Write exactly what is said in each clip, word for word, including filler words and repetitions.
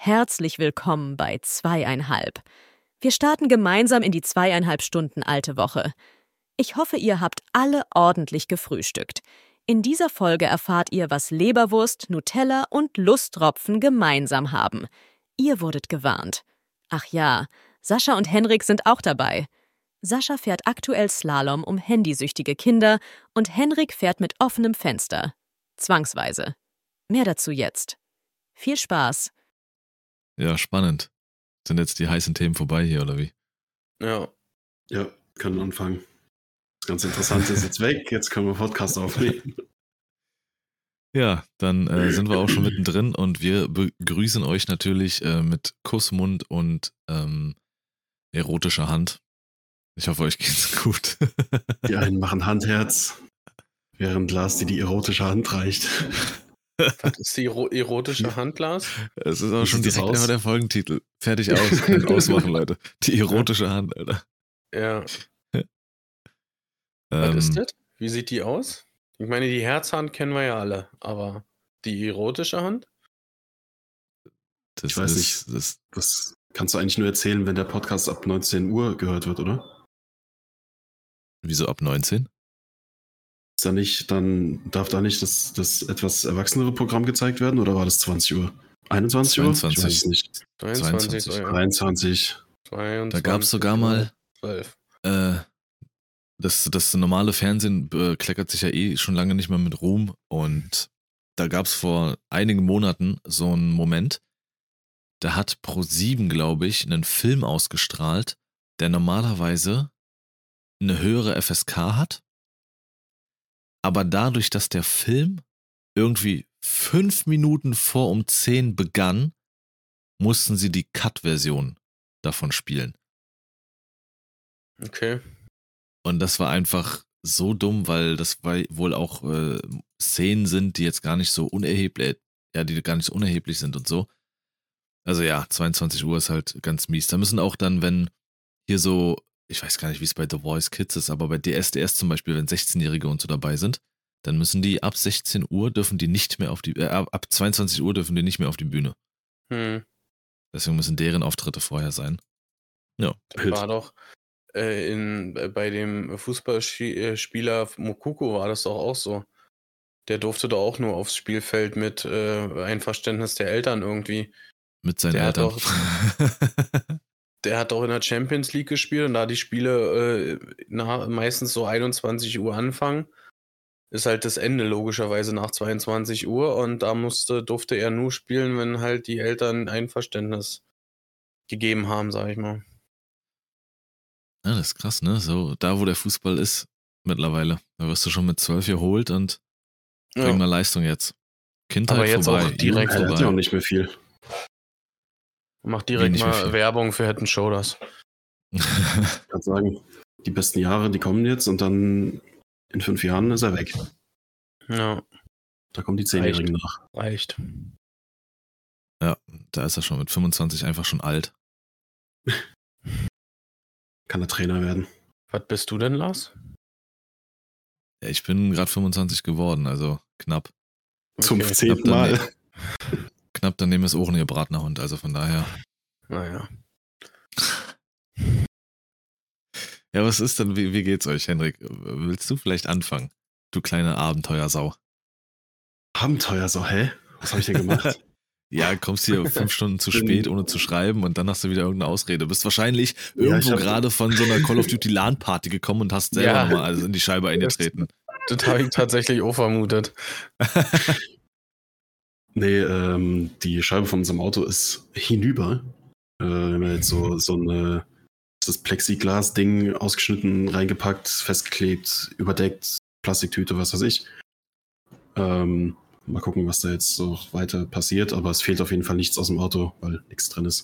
Herzlich willkommen bei Zweieinhalb. Wir starten gemeinsam in die zweieinhalb Stunden alte Woche. Ich hoffe, ihr habt alle ordentlich gefrühstückt. In dieser Folge erfahrt ihr, was Leberwurst, Nutella und Lusttropfen gemeinsam haben. Ihr wurdet gewarnt. Ach ja, Sascha und Henrik sind auch dabei. Sascha fährt aktuell Slalom um handysüchtige Kinder und Henrik fährt mit offenem Fenster. Zwangsweise. Mehr dazu jetzt. Viel Spaß. Ja, spannend. Sind jetzt die heißen Themen vorbei hier, oder wie? Ja. Ja, können anfangen. Das ganz Interessante ist jetzt weg, jetzt können wir Podcast aufnehmen. Ja, dann äh, sind wir auch schon mittendrin und wir begrüßen euch natürlich äh, mit Kussmund und ähm, erotischer Hand. Ich hoffe, euch geht's gut. Die einen machen Handherz, während Lars dir die erotische Hand reicht. Was ist die erotische Hand, Lars? Es ist auch Wie schon sieht das direkt aus? einmal der Folgentitel. Fertig aus. Können ausmachen, Leute. Die erotische Hand, Alter. Ja. Was Ähm, ist das? Wie sieht die aus? Ich meine, die Herzhand kennen wir ja alle, aber die erotische Hand? das Ich weiß ist, nicht. Das, Das kannst du eigentlich nur erzählen, wenn der Podcast ab neunzehn Uhr gehört wird, oder? wieso ab neunzehn? Ist da nicht, dann darf da nicht das, das etwas erwachsenere Programm gezeigt werden, oder war das zwanzig Uhr? einundzwanzig Uhr? Ich weiß es nicht. zweiundzwanzig. zweiundzwanzig. dreiundzwanzig. Da gab es sogar mal zwölf. äh, das, das normale Fernsehen bekleckert sich ja eh schon lange nicht mehr mit Ruhm und da gab es vor einigen Monaten so einen Moment, da hat ProSieben, glaube ich, einen Film ausgestrahlt, der normalerweise eine höhere F S K hat, aber dadurch, dass der Film irgendwie fünf Minuten vor um zehn begann, mussten sie die Cut-Version davon spielen. Okay. Und das war einfach so dumm, weil das weil wohl auch äh, Szenen sind, die jetzt gar nicht so unerheblich, ja, die gar nicht so unerheblich sind und so. Also ja, zweiundzwanzig Uhr ist halt ganz mies. Da müssen auch dann, wenn hier so, ich weiß gar nicht, wie es bei The Voice Kids ist, aber bei D S D S zum Beispiel, wenn sechzehnjährige und so dabei sind, dann müssen die ab sechzehn Uhr dürfen die nicht mehr auf die, äh, ab zweiundzwanzig Uhr dürfen die nicht mehr auf die Bühne. Hm. Deswegen müssen deren Auftritte vorher sein. Ja. Das war doch äh, in, äh, bei dem Fußballspieler Moukoko war das doch auch so. Der durfte doch auch nur aufs Spielfeld mit äh, Einverständnis der Eltern irgendwie. Mit seinen Der hat Eltern. Der hat doch in der Champions League gespielt und da die Spiele äh, na, meistens so einundzwanzig Uhr anfangen, ist halt das Ende logischerweise nach zweiundzwanzig Uhr und da musste, durfte er nur spielen, wenn halt die Eltern Einverständnis gegeben haben, sag ich mal. Ja, das ist krass, ne? So, da wo der Fußball ist mittlerweile. Da wirst du schon mit zwölf geholt und bring Ja. mal Leistung jetzt. Kindheit Aber jetzt vorbei, auch direkt Jugend Er hat ja auch vorbei. nicht mehr viel. Mach direkt Wenig mehr mal viel. Werbung für Head and Shoulders. Ich kann sagen, die besten Jahre, die kommen jetzt und dann in fünf Jahren ist er weg. Ja, Da kommen die Zehnjährigen nach. reicht. Ja, da ist er schon mit fünfundzwanzig einfach schon alt. Kann er Trainer werden. Was bist du denn, Lars? Ja, ich bin gerade fünfundzwanzig geworden, also knapp. Zum Okay. zehnten Knapp Mal. daneben, knapp daneben ist Ohren gebratener Hund, also von daher. Naja. Ja, was ist denn, wie, wie geht's euch, Henrik? Willst du vielleicht anfangen? Du kleine Abenteuersau. Abenteuer so, hä? Was habe ich denn gemacht? Ja, kommst hier fünf Stunden zu bin- spät, ohne zu schreiben und dann hast du wieder irgendeine Ausrede. Bist wahrscheinlich Ja, irgendwo ich hab- gerade von so einer Call of Duty LAN-Party gekommen und hast selber Ja. nochmal also in die Scheibe eingetreten. Das habe ich tatsächlich auch vermutet. Nee, ähm, die Scheibe von unserem Auto ist hinüber. Äh, wir haben jetzt so, so eine, das Plexiglas-Ding ausgeschnitten, reingepackt, festgeklebt, überdeckt, Plastiktüte, was weiß ich. Ähm, mal gucken, was da jetzt so weiter passiert, aber es fehlt auf jeden Fall nichts aus dem Auto, weil nichts drin ist.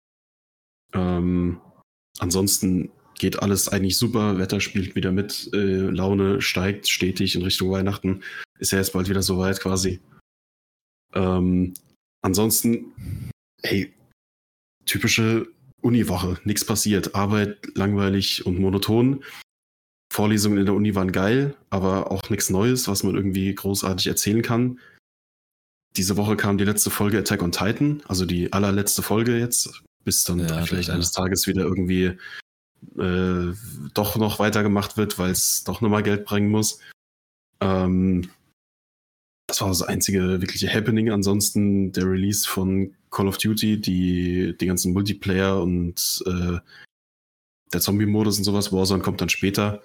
Ähm, ansonsten geht alles eigentlich super, Wetter spielt wieder mit, äh, Laune steigt stetig in Richtung Weihnachten. Ist ja jetzt bald wieder soweit quasi. Ähm, ansonsten, hey, typische Uniwoche, nichts passiert, Arbeit langweilig und monoton. Vorlesungen in der Uni waren geil, aber auch nichts Neues, was man irgendwie großartig erzählen kann. diese Woche kam die letzte Folge Attack on Titan, also die allerletzte Folge jetzt, bis dann Ja, vielleicht ja. eines Tages wieder irgendwie äh, doch noch weitergemacht wird, weil es doch nochmal Geld bringen muss. Ähm, das war das einzige wirkliche Happening. Ansonsten der Release von Call of Duty, die, die ganzen Multiplayer und äh, der Zombie-Modus und sowas, Warzone kommt dann später,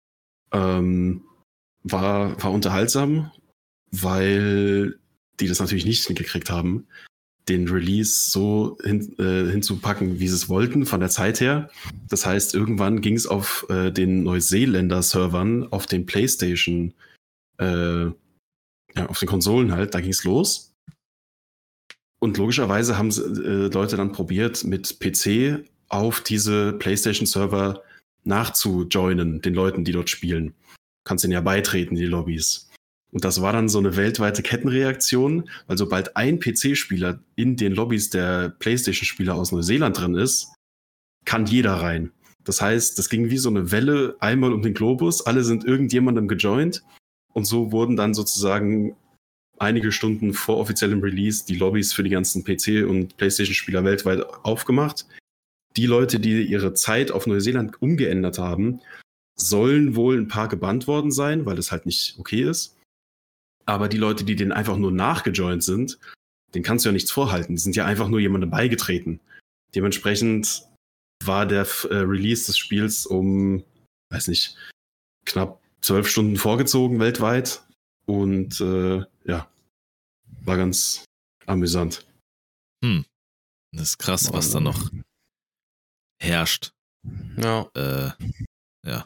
ähm, war, war unterhaltsam, weil die das natürlich nicht hingekriegt haben, den Release so hin, äh, hinzupacken, wie sie es wollten, von der Zeit her. Das heißt, irgendwann ging es auf äh, den Neuseeländer-Servern, auf den PlayStation, äh, ja, auf den Konsolen halt, da ging es los. Und logischerweise haben äh, Leute dann probiert, mit P C auf diese PlayStation-Server nachzujoinen, den Leuten, die dort spielen. Du kannst denen ja beitreten, die Lobbys. Und das war dann so eine weltweite Kettenreaktion, weil sobald ein P C-Spieler in den Lobbys der PlayStation-Spieler aus Neuseeland drin ist, kann jeder rein. Das heißt, das ging wie so eine Welle einmal um den Globus, alle sind irgendjemandem gejoint und so wurden dann sozusagen einige Stunden vor offiziellem Release die Lobbys für die ganzen P C- und PlayStation-Spieler weltweit aufgemacht. Die Leute, die ihre Zeit auf Neuseeland umgeändert haben, sollen wohl ein paar gebannt worden sein, weil das halt nicht okay ist. Aber die Leute, die denen einfach nur nachgejoint sind, denen kannst du ja nichts vorhalten. Die sind ja einfach nur jemandem beigetreten. Dementsprechend war der äh, Release des Spiels um, weiß nicht, knapp zwölf Stunden vorgezogen weltweit. Und äh, ja, war ganz amüsant. Hm. Das ist krass, was da noch herrscht. Ja. Äh, ja.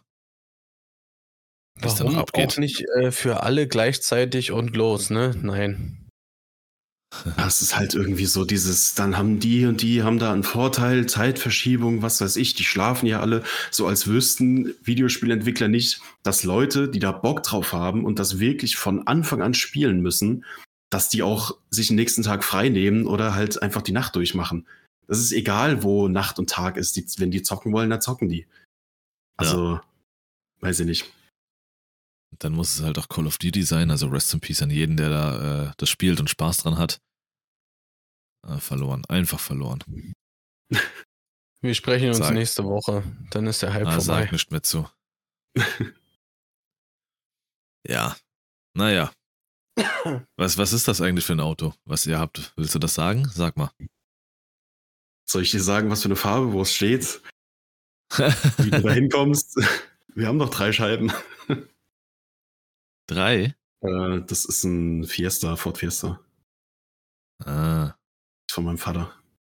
Was da Warum noch abgeht. auch nicht äh, für alle gleichzeitig und los, ne? Nein. Das ist halt irgendwie so dieses, dann haben die und die haben da einen Vorteil, Zeitverschiebung, was weiß ich, die schlafen ja alle, so als wüssten Videospielentwickler nicht, dass Leute, die da Bock drauf haben und das wirklich von Anfang an spielen müssen, dass die auch sich den nächsten Tag frei nehmen oder halt einfach die Nacht durchmachen. Das ist egal, wo Nacht und Tag ist. Die, wenn die zocken wollen, dann zocken die. Also, ja. Weiß ich nicht. Dann muss es halt auch Call of Duty sein, also Rest in Peace an jeden, der da äh, das spielt und Spaß dran hat. Äh, verloren, einfach verloren. Wir sprechen uns Sag. nächste Woche, dann ist der Hype ah, vorbei. Sag nicht mehr zu. Ja, naja. Was, was ist das eigentlich für ein Auto, was ihr habt? Willst du das sagen? Sag mal. Soll ich dir sagen, was für eine Farbe, wo es steht? Wie du da hinkommst? Wir haben noch drei Scheiben. Drei? Äh, das ist ein Fiesta, Ford Fiesta. Ah. Von meinem Vater.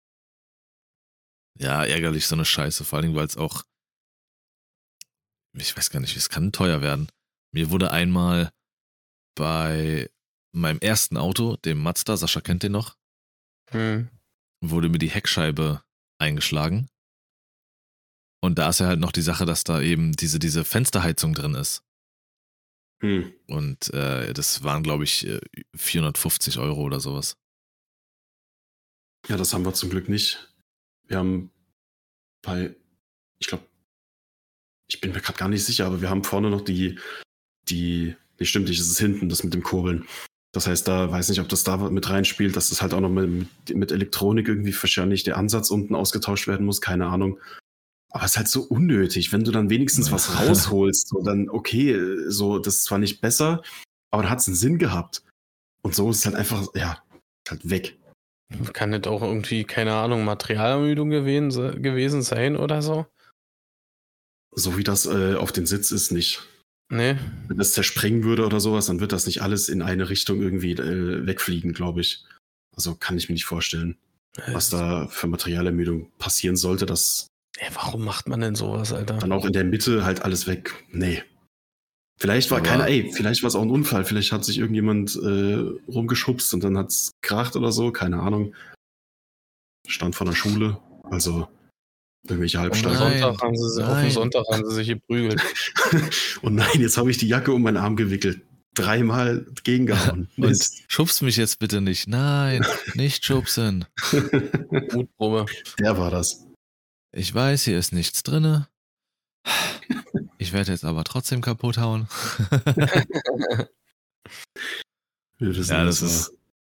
Ja, ärgerlich, so eine Scheiße. Vor allem, weil es auch, ich weiß gar nicht, es kann teuer werden. Mir wurde einmal bei meinem ersten Auto, dem Mazda, Sascha kennt den noch, Hm. wurde mir die Heckscheibe eingeschlagen. Und da ist ja halt noch die Sache, dass da eben diese, diese Fensterheizung drin ist. Hm. Und äh, das waren, glaube ich, vierhundertfünfzig Euro oder sowas. Ja, das haben wir zum Glück nicht. Wir haben bei, ich glaube, ich bin mir gerade gar nicht sicher, aber wir haben vorne noch die, die, nee, stimmt nicht, es ist hinten, das mit dem Kurbeln. Das heißt, da weiß nicht, ob das da mit reinspielt, dass das halt auch noch mit, mit Elektronik irgendwie wahrscheinlich der Ansatz unten ausgetauscht werden muss, keine Ahnung. Aber es ist halt so unnötig, wenn du dann wenigstens was rausholst, so dann okay, so, das ist zwar nicht besser, aber da hat es einen Sinn gehabt. Und so ist es halt einfach, ja, halt weg. Kann das auch irgendwie, keine Ahnung, Materialermüdung gewesen, gewesen sein oder so? So wie das äh, auf den Sitz ist, nicht. Nee. Wenn das zerspringen würde oder sowas, dann wird das nicht alles in eine Richtung irgendwie äh, wegfliegen, glaube ich. Also kann ich mir nicht vorstellen, was da für Materialermüdung passieren sollte, dass Ey, warum macht man denn sowas, Alter? dann auch in der Mitte halt alles weg. Nee. Vielleicht war Aber keiner, ey, vielleicht war es auch ein Unfall, vielleicht hat sich irgendjemand äh, rumgeschubst und dann hat es kracht oder so, keine Ahnung. Stand vor der Schule, also irgendwelche Auf dem Halbstarken. nein, Sonntag haben sie, auf dem nein. Sonntag haben sie sich geprügelt. Und nein, jetzt habe ich die Jacke um meinen Arm gewickelt. Dreimal gegengehauen. Und Mist. schubst mich jetzt bitte nicht. Nein, nicht schubsen. Mutprobe. Der war das. Ich weiß, hier ist nichts drinne. Ich werde jetzt aber trotzdem kaputt hauen. Wir wissen, Ja, was das ist,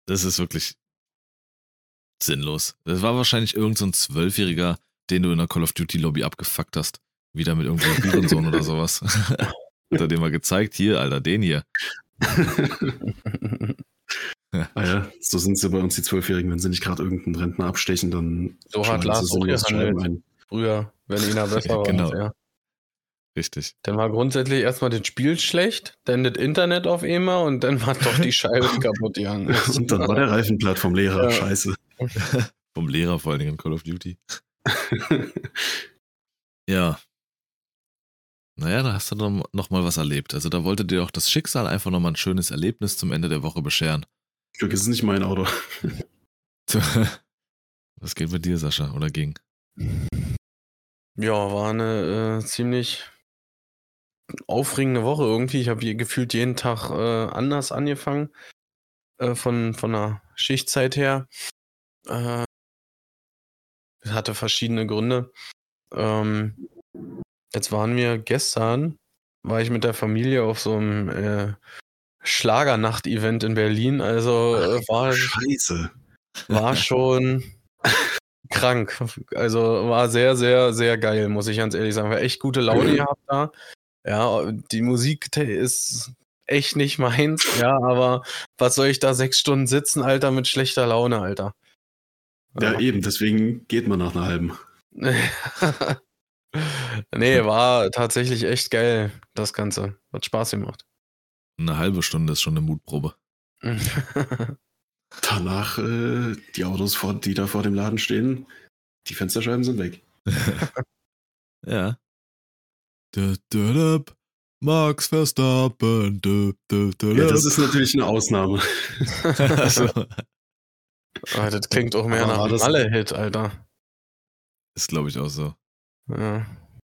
Das ist wirklich sinnlos. Das war wahrscheinlich irgend so ein Zwölfjähriger, den du in der Call of Duty Lobby abgefuckt hast. Wieder mit irgendeinem Hurensohn oder sowas. Hat er dir mal gezeigt, hier, Alter, den hier. Ah ja, so sind sie bei uns, die Zwölfjährigen, wenn sie nicht gerade irgendeinen Rentner abstechen, dann So hat schlagen Lars sie auch sinnlos Scheiben gehandelt. ein. Früher, wenn ihn er besser war. Genau. als er. Richtig. Dann war grundsätzlich erstmal das Spiel schlecht, dann das Internet auf einmal und dann war doch die Scheibe kaputt gegangen. Und dann war der Reifen platt vom Lehrer, Ja. scheiße. Vom Lehrer vor allen Dingen in Call of Duty. Ja. Naja, da hast du dann noch mal was erlebt. Also da wollte dir auch das Schicksal einfach noch mal ein schönes Erlebnis zum Ende der Woche bescheren. Glück ist nicht mein Auto. Was geht mit dir, Sascha? Oder ging? Ja, war eine äh, ziemlich aufregende Woche irgendwie. Ich habe hier gefühlt jeden Tag äh, anders angefangen. Äh, von, von der Schichtzeit her. Äh, hatte verschiedene Gründe. Ähm, jetzt waren wir gestern, war ich mit der Familie auf so einem äh, Schlagernacht-Event in Berlin. Also äh, war, Scheiße. war schon krank. Also war sehr, sehr, sehr geil, muss ich ganz ehrlich sagen. War echt gute Laune gehabt da. Ja, die Musik te- ist echt nicht meins, ja, aber was soll ich da sechs Stunden sitzen, Alter, mit schlechter Laune, Alter. Ja, eben, deswegen geht man nach einer halben. Nee, war tatsächlich echt geil, das Ganze. Hat Spaß gemacht. Eine halbe Stunde ist schon eine Mutprobe. Danach, äh, die Autos, vor, die da vor dem Laden stehen, die Fensterscheiben sind weg. Ja. Du, du, du, Max Verstappen. Du, du, du, Ja, das ist natürlich eine Ausnahme. also, Ah, das klingt auch mehr Aber nach war einem das- Malle-Hit, Alter. ist, glaube ich, auch so. Ja.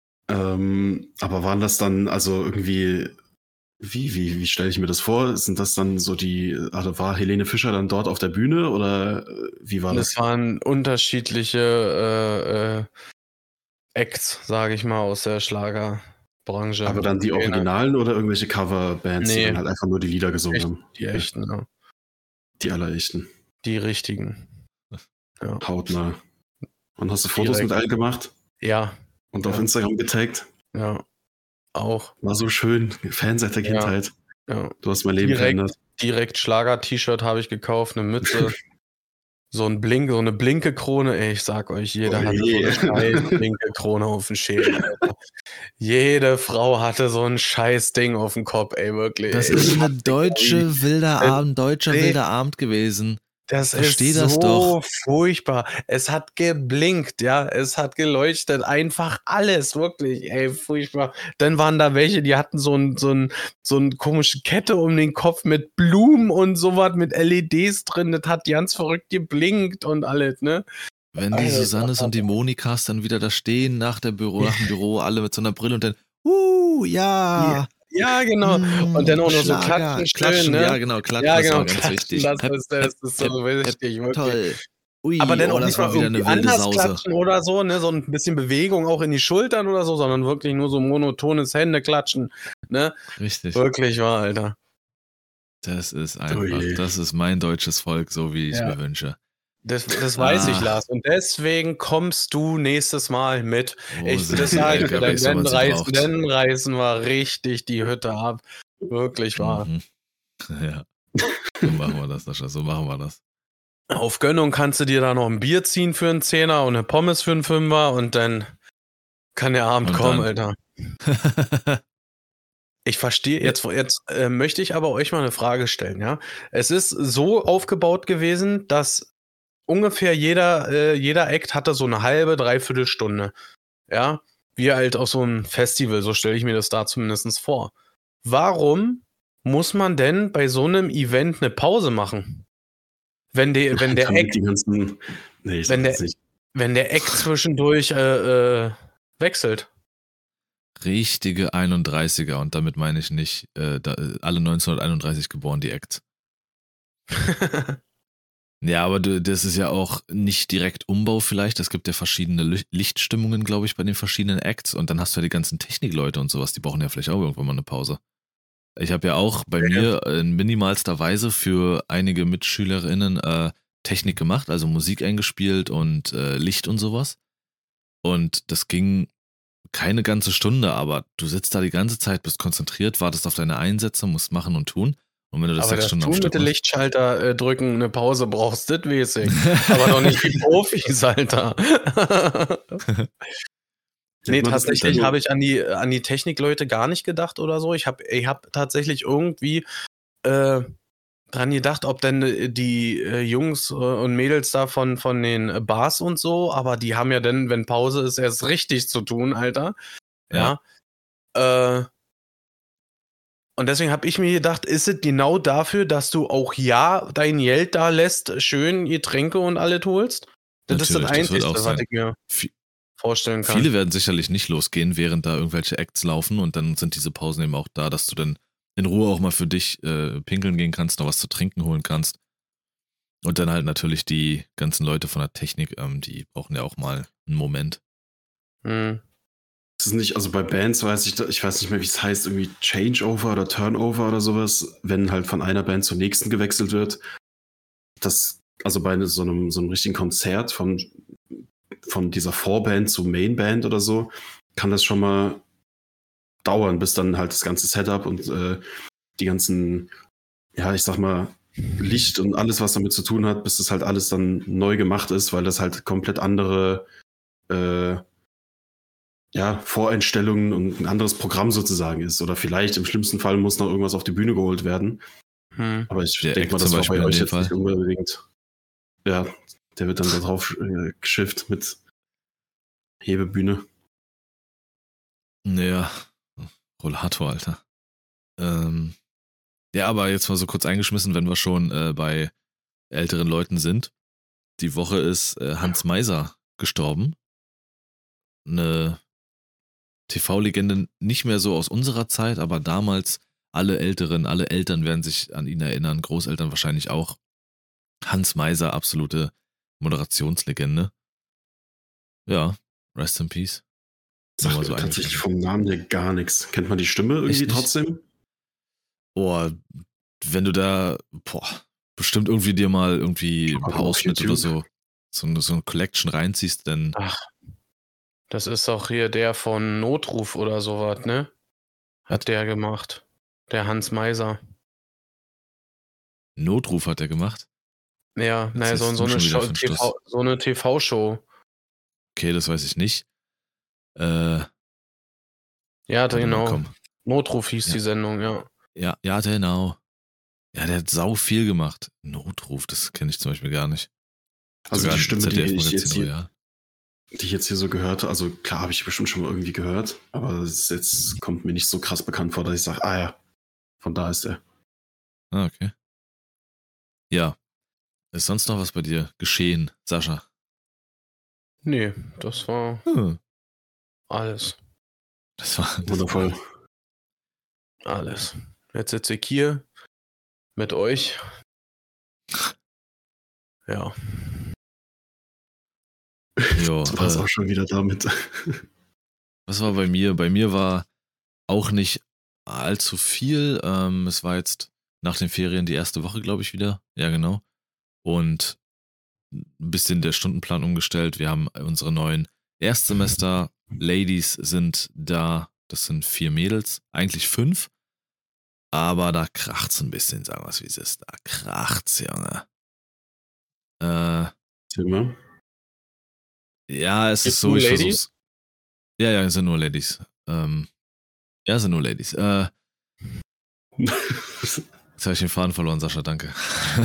Ähm, aber waren das dann also irgendwie, wie, wie, wie stelle ich mir das vor? Sind das dann so die, also war Helene Fischer dann dort auf der Bühne oder äh, wie war Das das? waren unterschiedliche äh, äh, Acts, sage ich mal, aus der Schlagerbranche. Aber dann die Originalen oder irgendwelche Coverbands, die Nee. dann halt einfach nur die Lieder gesungen Echt, haben? die echten, ja. Die allerechten. Die richtigen. Hautnah. Und hast du Fotos Direkt. mit allen gemacht Ja, und auf Ja. Instagram getaggt? ja. Auch. War so schön. Fan seit der Ja. Kindheit. Ja. Du hast mein Leben Direkt. verändert. Direkt Schlager-T-Shirt habe ich gekauft, eine Mütze, so ein Blink, so eine blinke Krone. Ey, ich sag euch, jeder Oh hatte so je. eine scheiß blinke Krone auf dem Schädel, Alter. Jede Frau hatte so ein scheiß Ding auf dem Kopf, ey, wirklich. Das ey. ist eine deutsche wilder Äh, Abend, deutscher nee. wilder Abend gewesen. Das Versteh ist das so doch. furchtbar. Es hat geblinkt, ja, es hat geleuchtet, einfach alles, wirklich, ey, furchtbar. Dann waren da welche, die hatten so ein, so ein, so eine komische Kette um den Kopf mit Blumen und sowas, mit L E Ds drin, das hat ganz verrückt geblinkt und alles, ne? Wenn die Alter. Susannes und die Monikas dann wieder da stehen nach, der Büro, nach dem Büro, alle mit so einer Brille und dann, uh, ja. Ja, genau. mm, Und dann auch noch so Schlager, klatschen, schön, klatschen, ne? ja genau, klatschen, Ja, das genau, war ganz klatschen, wichtig. das Pep, ist, das ist so pep, wichtig, wirklich. toll. Ui, Aber dann oh, auch das nicht war mal wieder irgendwie eine wilde anders Sause. klatschen oder so, ne, so ein bisschen Bewegung auch in die Schultern oder so, sondern wirklich nur so monotones Händeklatschen, ne? Richtig. Wirklich wahr, Alter. Das ist einfach, Ui. das ist mein deutsches Volk, so wie ich Ja. mir wünsche. Das, das weiß Ah. ich, Lars. Und deswegen kommst du nächstes Mal mit. Wo Ich sind das die sage ich L dir, K Ws, dann, wenn man dann, sie reißen, braucht? dann reißen wir richtig die Hütte ab. Wirklich wahr. Mhm. Ja, so machen wir das, Sascha, so machen wir das. Auf Gönnung kannst du dir da noch ein Bier ziehen für einen Zehner und eine Pommes für einen Fünfer und dann kann der Abend Und kommen, dann- Alter. Ich verstehe, jetzt, jetzt äh, möchte ich aber euch mal eine Frage stellen, ja. Es ist so aufgebaut gewesen, dass ungefähr jeder, äh, jeder Act hatte so eine halbe, dreiviertel Stunde. Ja, wie halt auf so einem Festival, so stelle ich mir das da zumindest vor. Warum muss man denn bei so einem Event eine Pause machen? Wenn, die, wenn, der, Damit Act, die ganzen, nee, ich sag wenn jetzt der- nicht. wenn der Act zwischendurch äh, äh, wechselt. Richtige einunddreißiger und damit meine ich nicht äh, da, alle neunzehnhunderteinunddreißig geboren, die Acts. Ja, aber du, das ist ja auch nicht direkt Umbau vielleicht. Es gibt ja verschiedene Licht- Lichtstimmungen, glaube ich, bei den verschiedenen Acts. Und dann hast du ja die ganzen Technikleute und sowas, die brauchen ja vielleicht auch irgendwann mal eine Pause. Ich habe ja auch bei Ja. mir in minimalster Weise für einige MitschülerInnen äh, Technik gemacht, also Musik eingespielt und äh, Licht und sowas. Und das ging keine ganze Stunde, aber du sitzt da die ganze Zeit, bist konzentriert, wartest auf deine Einsätze, musst machen und tun. Und wenn du das Aber sechs dass Stunden du am mit Stück dem machst. Lichtschalter äh, drücken eine Pause brauchst, das weiß ich. Aber doch nicht wie Profis, Alter. Nee, Nennt man das nicht tatsächlich dann- habe ich an die, an die Technikleute gar nicht gedacht oder so. Ich habe ich hab tatsächlich irgendwie äh, dran gedacht, ob denn äh, die äh, Jungs äh, und Mädels da von, von den äh, Bars und so, aber die haben ja dann, wenn Pause ist, erst richtig zu tun, Alter. Ja. Äh, und deswegen habe ich mir gedacht, ist es genau dafür, dass du auch ja dein Geld da lässt, schön Getränke und alles holst? Das ist das Natürlich, das wird Einzige, auch was sein. ich mir Vi- vorstellen kann. Viele werden sicherlich nicht losgehen, während da irgendwelche Acts laufen und dann sind diese Pausen eben auch da, dass du dann in Ruhe auch mal für dich äh, pinkeln gehen kannst, noch was zu trinken holen kannst. Und dann halt natürlich die ganzen Leute von der Technik, ähm, die brauchen ja auch mal einen Moment. Hm. Das ist nicht, also bei Bands weiß ich, ich weiß nicht mehr, wie es heißt, irgendwie Changeover oder Turnover oder sowas, wenn halt von einer Band zur nächsten gewechselt wird. Das, also bei so einem, so einem richtigen Konzert von, von dieser Vorband zu Mainband oder so, kann das schon mal dauern, bis dann halt das ganze Setup und äh, die ganzen, ja, ich sag mal, Licht und alles, was damit zu tun hat, bis das halt alles dann neu gemacht ist, weil das halt komplett andere äh, ja, Voreinstellungen und ein anderes Programm sozusagen ist. Oder vielleicht im schlimmsten Fall muss noch irgendwas auf die Bühne geholt werden. Hm. Aber ich Der denke mal, Act das zum war bei Beispiel in euch dem jetzt Fall. nicht unbedingt. Ja, der wird dann da drauf äh, geschifft mit Hebebühne. Naja, Rollator, Alter. Ähm, ja, aber jetzt mal so kurz eingeschmissen, wenn wir schon äh, bei älteren Leuten sind. Die Woche ist äh, Hans Meiser gestorben. Eine T V-Legende, nicht mehr so aus unserer Zeit, aber damals alle Älteren, alle Eltern werden sich an ihn erinnern, Großeltern wahrscheinlich auch. Hans Meiser, absolute Moderationslegende. Ja, rest in peace. Nur Sagt mal mir so tatsächlich eingeschmissen. vom Namen her gar nichts. Kennt man die Stimme irgendwie Echt nicht? trotzdem? Oh, wenn du da, boah, bestimmt irgendwie dir mal irgendwie ein Aber paar auf Ausschnitte oder YouTube. so, so eine, so eine Collection reinziehst, dann Ach, das ist doch hier der von Notruf oder sowas, ne? Hat der gemacht. Der Hans Meiser. Notruf hat er gemacht. Ja, naja, so, erzählst so, du eine schon wieder Show, für einen T V, Stuss? so eine T V-Show. Okay, das weiß ich nicht. Äh, Ja, warte mal, genau. komm. Notruf hieß Ja. die Sendung, ja. Ja, ja, genau. Ja, der hat sau viel gemacht. Notruf, das kenne ich zum Beispiel gar nicht. Also Sogar die ein Stimme, die ich jetzt Z D F-Magazin hier, Royal. die ich jetzt hier so gehört habe, also klar habe ich bestimmt schon mal irgendwie gehört, aber es ist jetzt kommt mir nicht so krass bekannt vor, dass ich sage, ah ja, von da ist er. Ah, okay. Ja. Ist sonst noch was bei dir geschehen, Sascha? Nee, das war Hm. alles. Das war das Wundervoll. Alles. Jetzt sitze ich hier mit euch. Ja. Jo, Das war's äh, auch schon wieder damit. was war bei mir? Bei mir war auch nicht allzu viel. Ähm, es war jetzt nach den Ferien die erste Woche, glaube ich, wieder. Ja, genau. Und ein bisschen der Stundenplan umgestellt. Wir haben unsere neuen Erstsemester-Ladies sind da. Das sind vier Mädels, eigentlich fünf. Aber da kracht's ein bisschen, sagen wir es wie es ist. Da kracht's, Junge. Äh, Zimmer. ja, es Gibt's ist so, nur ich Ladies? versuch's. Ja, ja, es sind nur Ladies. Ähm, ja, es sind nur Ladies. Äh, jetzt habe ich den Faden verloren, Sascha, danke.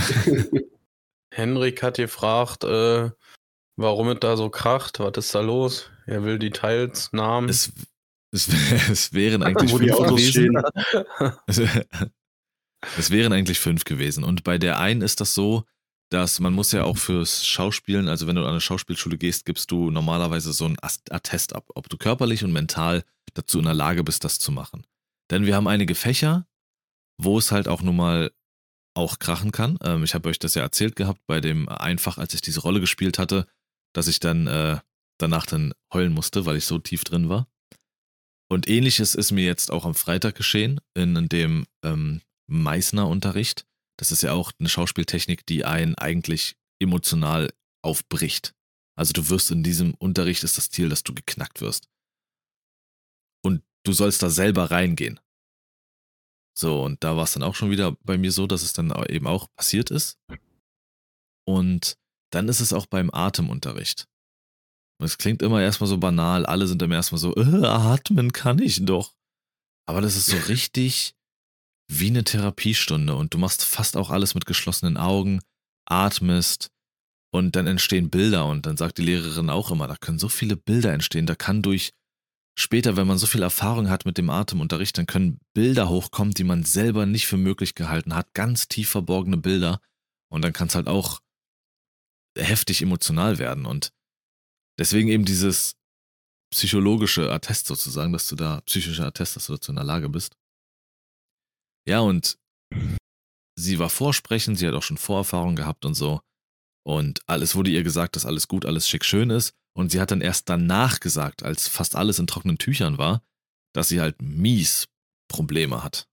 Henrik hat gefragt, äh, warum es da so kracht. Was ist da los? Er will Details, Namen. es, es, es wären eigentlich Wo die fünf Autos gewesen. stehen. Es wären eigentlich fünf gewesen. Und bei der einen ist das so, dass man muss ja auch fürs Schauspielen, also wenn du an eine Schauspielschule gehst, gibst du normalerweise so ein Attest ab, ob du körperlich und mental dazu in der Lage bist, das zu machen. Denn wir haben einige Fächer, wo es halt auch nun mal auch krachen kann. Ähm, ich habe euch das ja erzählt gehabt bei dem Einfach, als ich diese Rolle gespielt hatte, dass ich dann äh, danach dann heulen musste, weil ich so tief drin war. Und ähnliches ist mir jetzt auch am Freitag geschehen, in, in dem ähm, Meißner-Unterricht. Das ist ja auch eine Schauspieltechnik, die einen eigentlich emotional aufbricht. Also du wirst in diesem Unterricht, ist das Ziel, dass du geknackt wirst. Und du sollst da selber reingehen. So, und da war es dann auch schon wieder bei mir so, dass es dann eben auch passiert ist. Und dann ist es auch beim Atemunterricht. Und es klingt immer erstmal so banal, alle sind dann erstmal so, äh, atmen kann ich doch. Aber das ist so richtig wie eine Therapiestunde und du machst fast auch alles mit geschlossenen Augen, atmest und dann entstehen Bilder und dann sagt die Lehrerin auch immer, da können so viele Bilder entstehen, da kann durch später, wenn man so viel Erfahrung hat mit dem Atemunterricht, dann können Bilder hochkommen, die man selber nicht für möglich gehalten hat, ganz tief verborgene Bilder und dann kann es halt auch heftig emotional werden und deswegen eben dieses psychologische Attest sozusagen, dass du da, psychische Attest, dass du dazu in der Lage bist. Ja, und sie war vorsprechend, sie hat auch schon Vorerfahrung gehabt und so. Und alles wurde ihr gesagt, dass alles gut, alles schick schön ist. Und sie hat dann erst danach gesagt, als fast alles in trockenen Tüchern war, dass sie halt mies Probleme hat.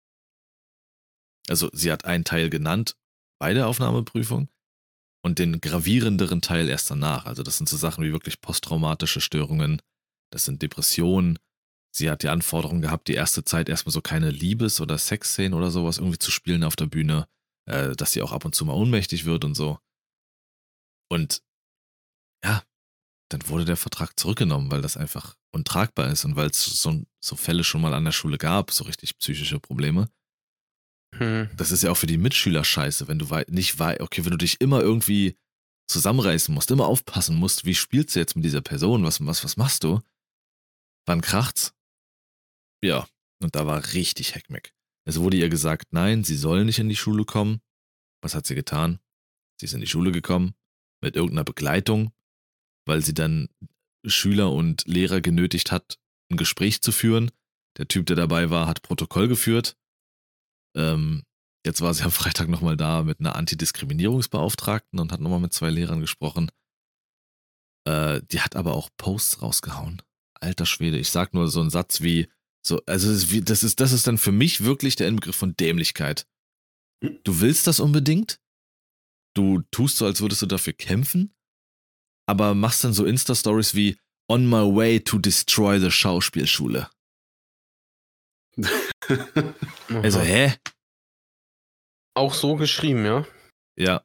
Also sie hat einen Teil genannt bei der Aufnahmeprüfung und den gravierenderen Teil erst danach. Also das sind so Sachen wie wirklich posttraumatische Störungen, das sind Depressionen. Sie hat die Anforderung gehabt, die erste Zeit erstmal so keine Liebes- oder Sexszenen oder sowas irgendwie zu spielen auf der Bühne, äh, dass sie auch ab und zu mal ohnmächtig wird und so. Und ja, dann wurde der Vertrag zurückgenommen, weil das einfach untragbar ist und weil es so, so Fälle schon mal an der Schule gab, so richtig psychische Probleme. Hm. Das ist ja auch für die Mitschüler scheiße, wenn du wei- nicht weißt, okay, wenn du dich immer irgendwie zusammenreißen musst, immer aufpassen musst, wie spielst du jetzt mit dieser Person, was, was, was machst du? Wann kracht's? Ja, und da war richtig Heckmeck. Es wurde ihr gesagt, nein, sie soll nicht in die Schule kommen. Was hat sie getan? Sie ist in die Schule gekommen, mit irgendeiner Begleitung, weil sie dann Schüler und Lehrer genötigt hat, ein Gespräch zu führen. Der Typ, der dabei war, hat Protokoll geführt. Ähm, jetzt war sie am Freitag nochmal da mit einer Antidiskriminierungsbeauftragten und hat nochmal mit zwei Lehrern gesprochen. Äh, die hat aber auch Posts rausgehauen. Alter Schwede, ich sag nur so einen Satz wie, so, also das ist, wie, das ist, das ist dann für mich wirklich der Inbegriff von Dämlichkeit. Du willst das unbedingt, du tust so, als würdest du dafür kämpfen, aber machst dann so Insta-Stories wie On my way to destroy the Schauspielschule. Also, hä? Auch so geschrieben, ja? Ja.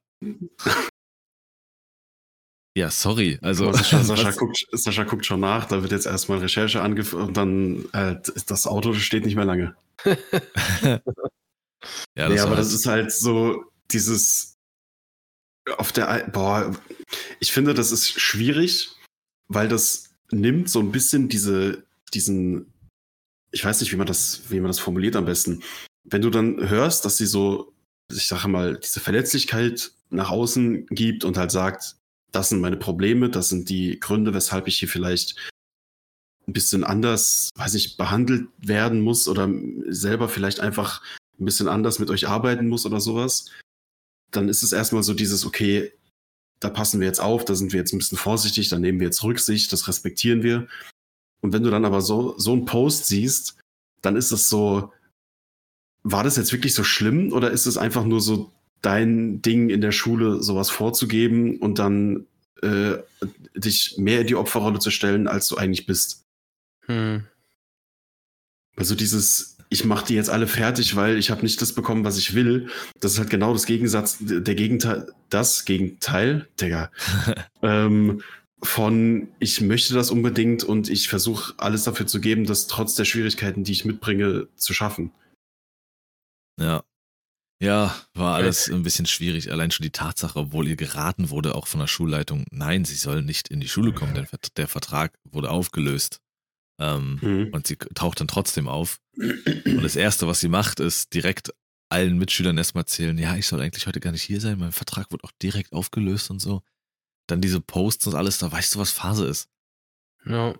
Ja, sorry. Also, Aber Sascha, Sascha, was- guckt, Sascha guckt schon nach, da wird jetzt erstmal Recherche angefangen und dann äh, das Auto steht nicht mehr lange. ja, das nee, war aber halt, das ist halt so dieses auf der Ei- boah, ich finde, das ist schwierig, weil das nimmt so ein bisschen diese, diesen, ich weiß nicht, wie man das, wie man das formuliert am besten. Wenn du dann hörst, dass sie so, ich sage mal, diese Verletzlichkeit nach außen gibt und halt sagt, das sind meine Probleme, das sind die Gründe, weshalb ich hier vielleicht ein bisschen anders, weiß ich, behandelt werden muss oder selber vielleicht einfach ein bisschen anders mit euch arbeiten muss oder sowas, dann ist es erstmal so dieses, okay, da passen wir jetzt auf, da sind wir jetzt ein bisschen vorsichtig, da nehmen wir jetzt Rücksicht, das respektieren wir. Und wenn du dann aber so, so einen Post siehst, dann ist es so, war das jetzt wirklich so schlimm oder ist es einfach nur so dein Ding in der Schule, sowas vorzugeben und dann äh, dich mehr in die Opferrolle zu stellen, als du eigentlich bist? Hm. Also dieses, ich mache die jetzt alle fertig, weil ich habe nicht das bekommen, was ich will. Das ist halt genau das Gegensatz, der Gegenteil, das Gegenteil, Digga, ähm, von ich möchte das unbedingt und ich versuche alles dafür zu geben, das trotz der Schwierigkeiten, die ich mitbringe, zu schaffen. ja. Ja, war alles ein bisschen schwierig. Allein schon die Tatsache, obwohl ihr geraten wurde, auch von der Schulleitung, nein, sie soll nicht in die Schule kommen, denn der Vertrag wurde aufgelöst. Ähm, Mhm. Und sie taucht dann trotzdem auf. Und das Erste, was sie macht, ist direkt allen Mitschülern erstmal erzählen, ja, ich soll eigentlich heute gar nicht hier sein, mein Vertrag wurde auch direkt aufgelöst und so. Dann diese Posts und alles, da weißt du, was Phase ist. Ja.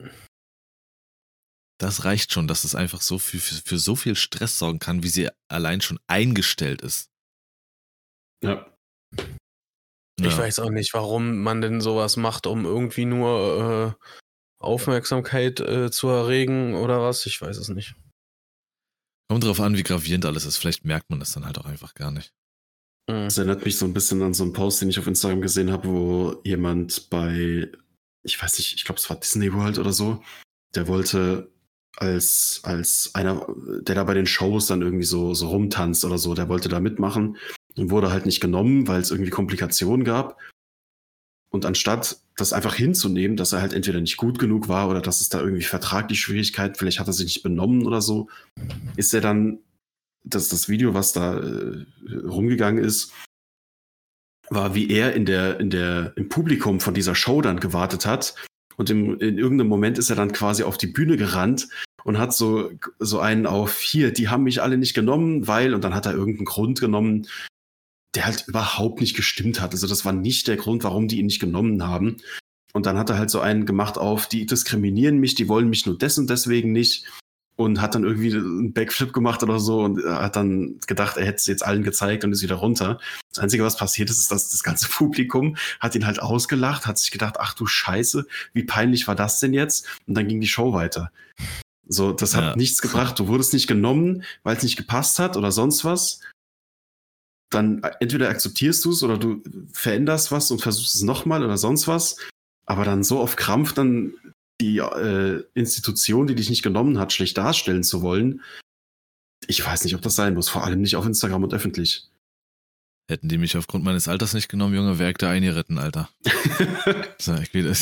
Das reicht schon, dass es einfach so für, für, für so viel Stress sorgen kann, wie sie allein schon eingestellt ist. Ja. Ich Ja. weiß auch nicht, warum man denn sowas macht, um irgendwie nur Aufmerksamkeit äh, zu erregen oder was, ich weiß es nicht. Kommt drauf an, wie gravierend alles ist. Vielleicht merkt man das dann halt auch einfach gar nicht. Das erinnert mich so ein bisschen an so einen Post, den ich auf Instagram gesehen habe, wo jemand bei, ich weiß nicht, ich glaube, es war Disney World oder so, der wollte als, als einer, der da bei den Shows dann irgendwie so, so rumtanzt oder so, der wollte da mitmachen und wurde halt nicht genommen, weil es irgendwie Komplikationen gab. Und anstatt das einfach hinzunehmen, dass er halt entweder nicht gut genug war oder dass es da irgendwie vertragliche Schwierigkeiten, vielleicht hat er sich nicht benommen oder so, ist er dann, das, das Video, was da äh, rumgegangen ist, war, wie er in der, in der, im Publikum von dieser Show dann gewartet hat. Und im, in irgendeinem Moment ist er dann quasi auf die Bühne gerannt und hat so, so einen auf, hier, die haben mich alle nicht genommen, weil, und dann hat er irgendeinen Grund genommen, der halt überhaupt nicht gestimmt hat. Also das war nicht der Grund, warum die ihn nicht genommen haben. Und dann hat er halt so einen gemacht auf, die diskriminieren mich, die wollen mich nur des und deswegen nicht. Und hat dann irgendwie einen Backflip gemacht oder so und hat dann gedacht, er hätte es jetzt allen gezeigt und ist wieder runter. Das Einzige, was passiert ist, ist, dass das ganze Publikum hat ihn halt ausgelacht, hat sich gedacht, ach du Scheiße, wie peinlich war das denn jetzt? Und dann ging die Show weiter. So, das hat Ja. nichts gebracht. Du wurdest nicht genommen, weil es nicht gepasst hat oder sonst was. Dann entweder akzeptierst du es oder du veränderst was und versuchst es nochmal oder sonst was. Aber dann so auf Krampf dann die äh, Institution, die dich nicht genommen hat, schlecht darstellen zu wollen, ich weiß nicht, ob das sein muss. Vor allem nicht auf Instagram und öffentlich. Hätten die mich aufgrund meines Alters nicht genommen, Junge, wäre ich da eingeritten, Alter. Sag ich, wie das.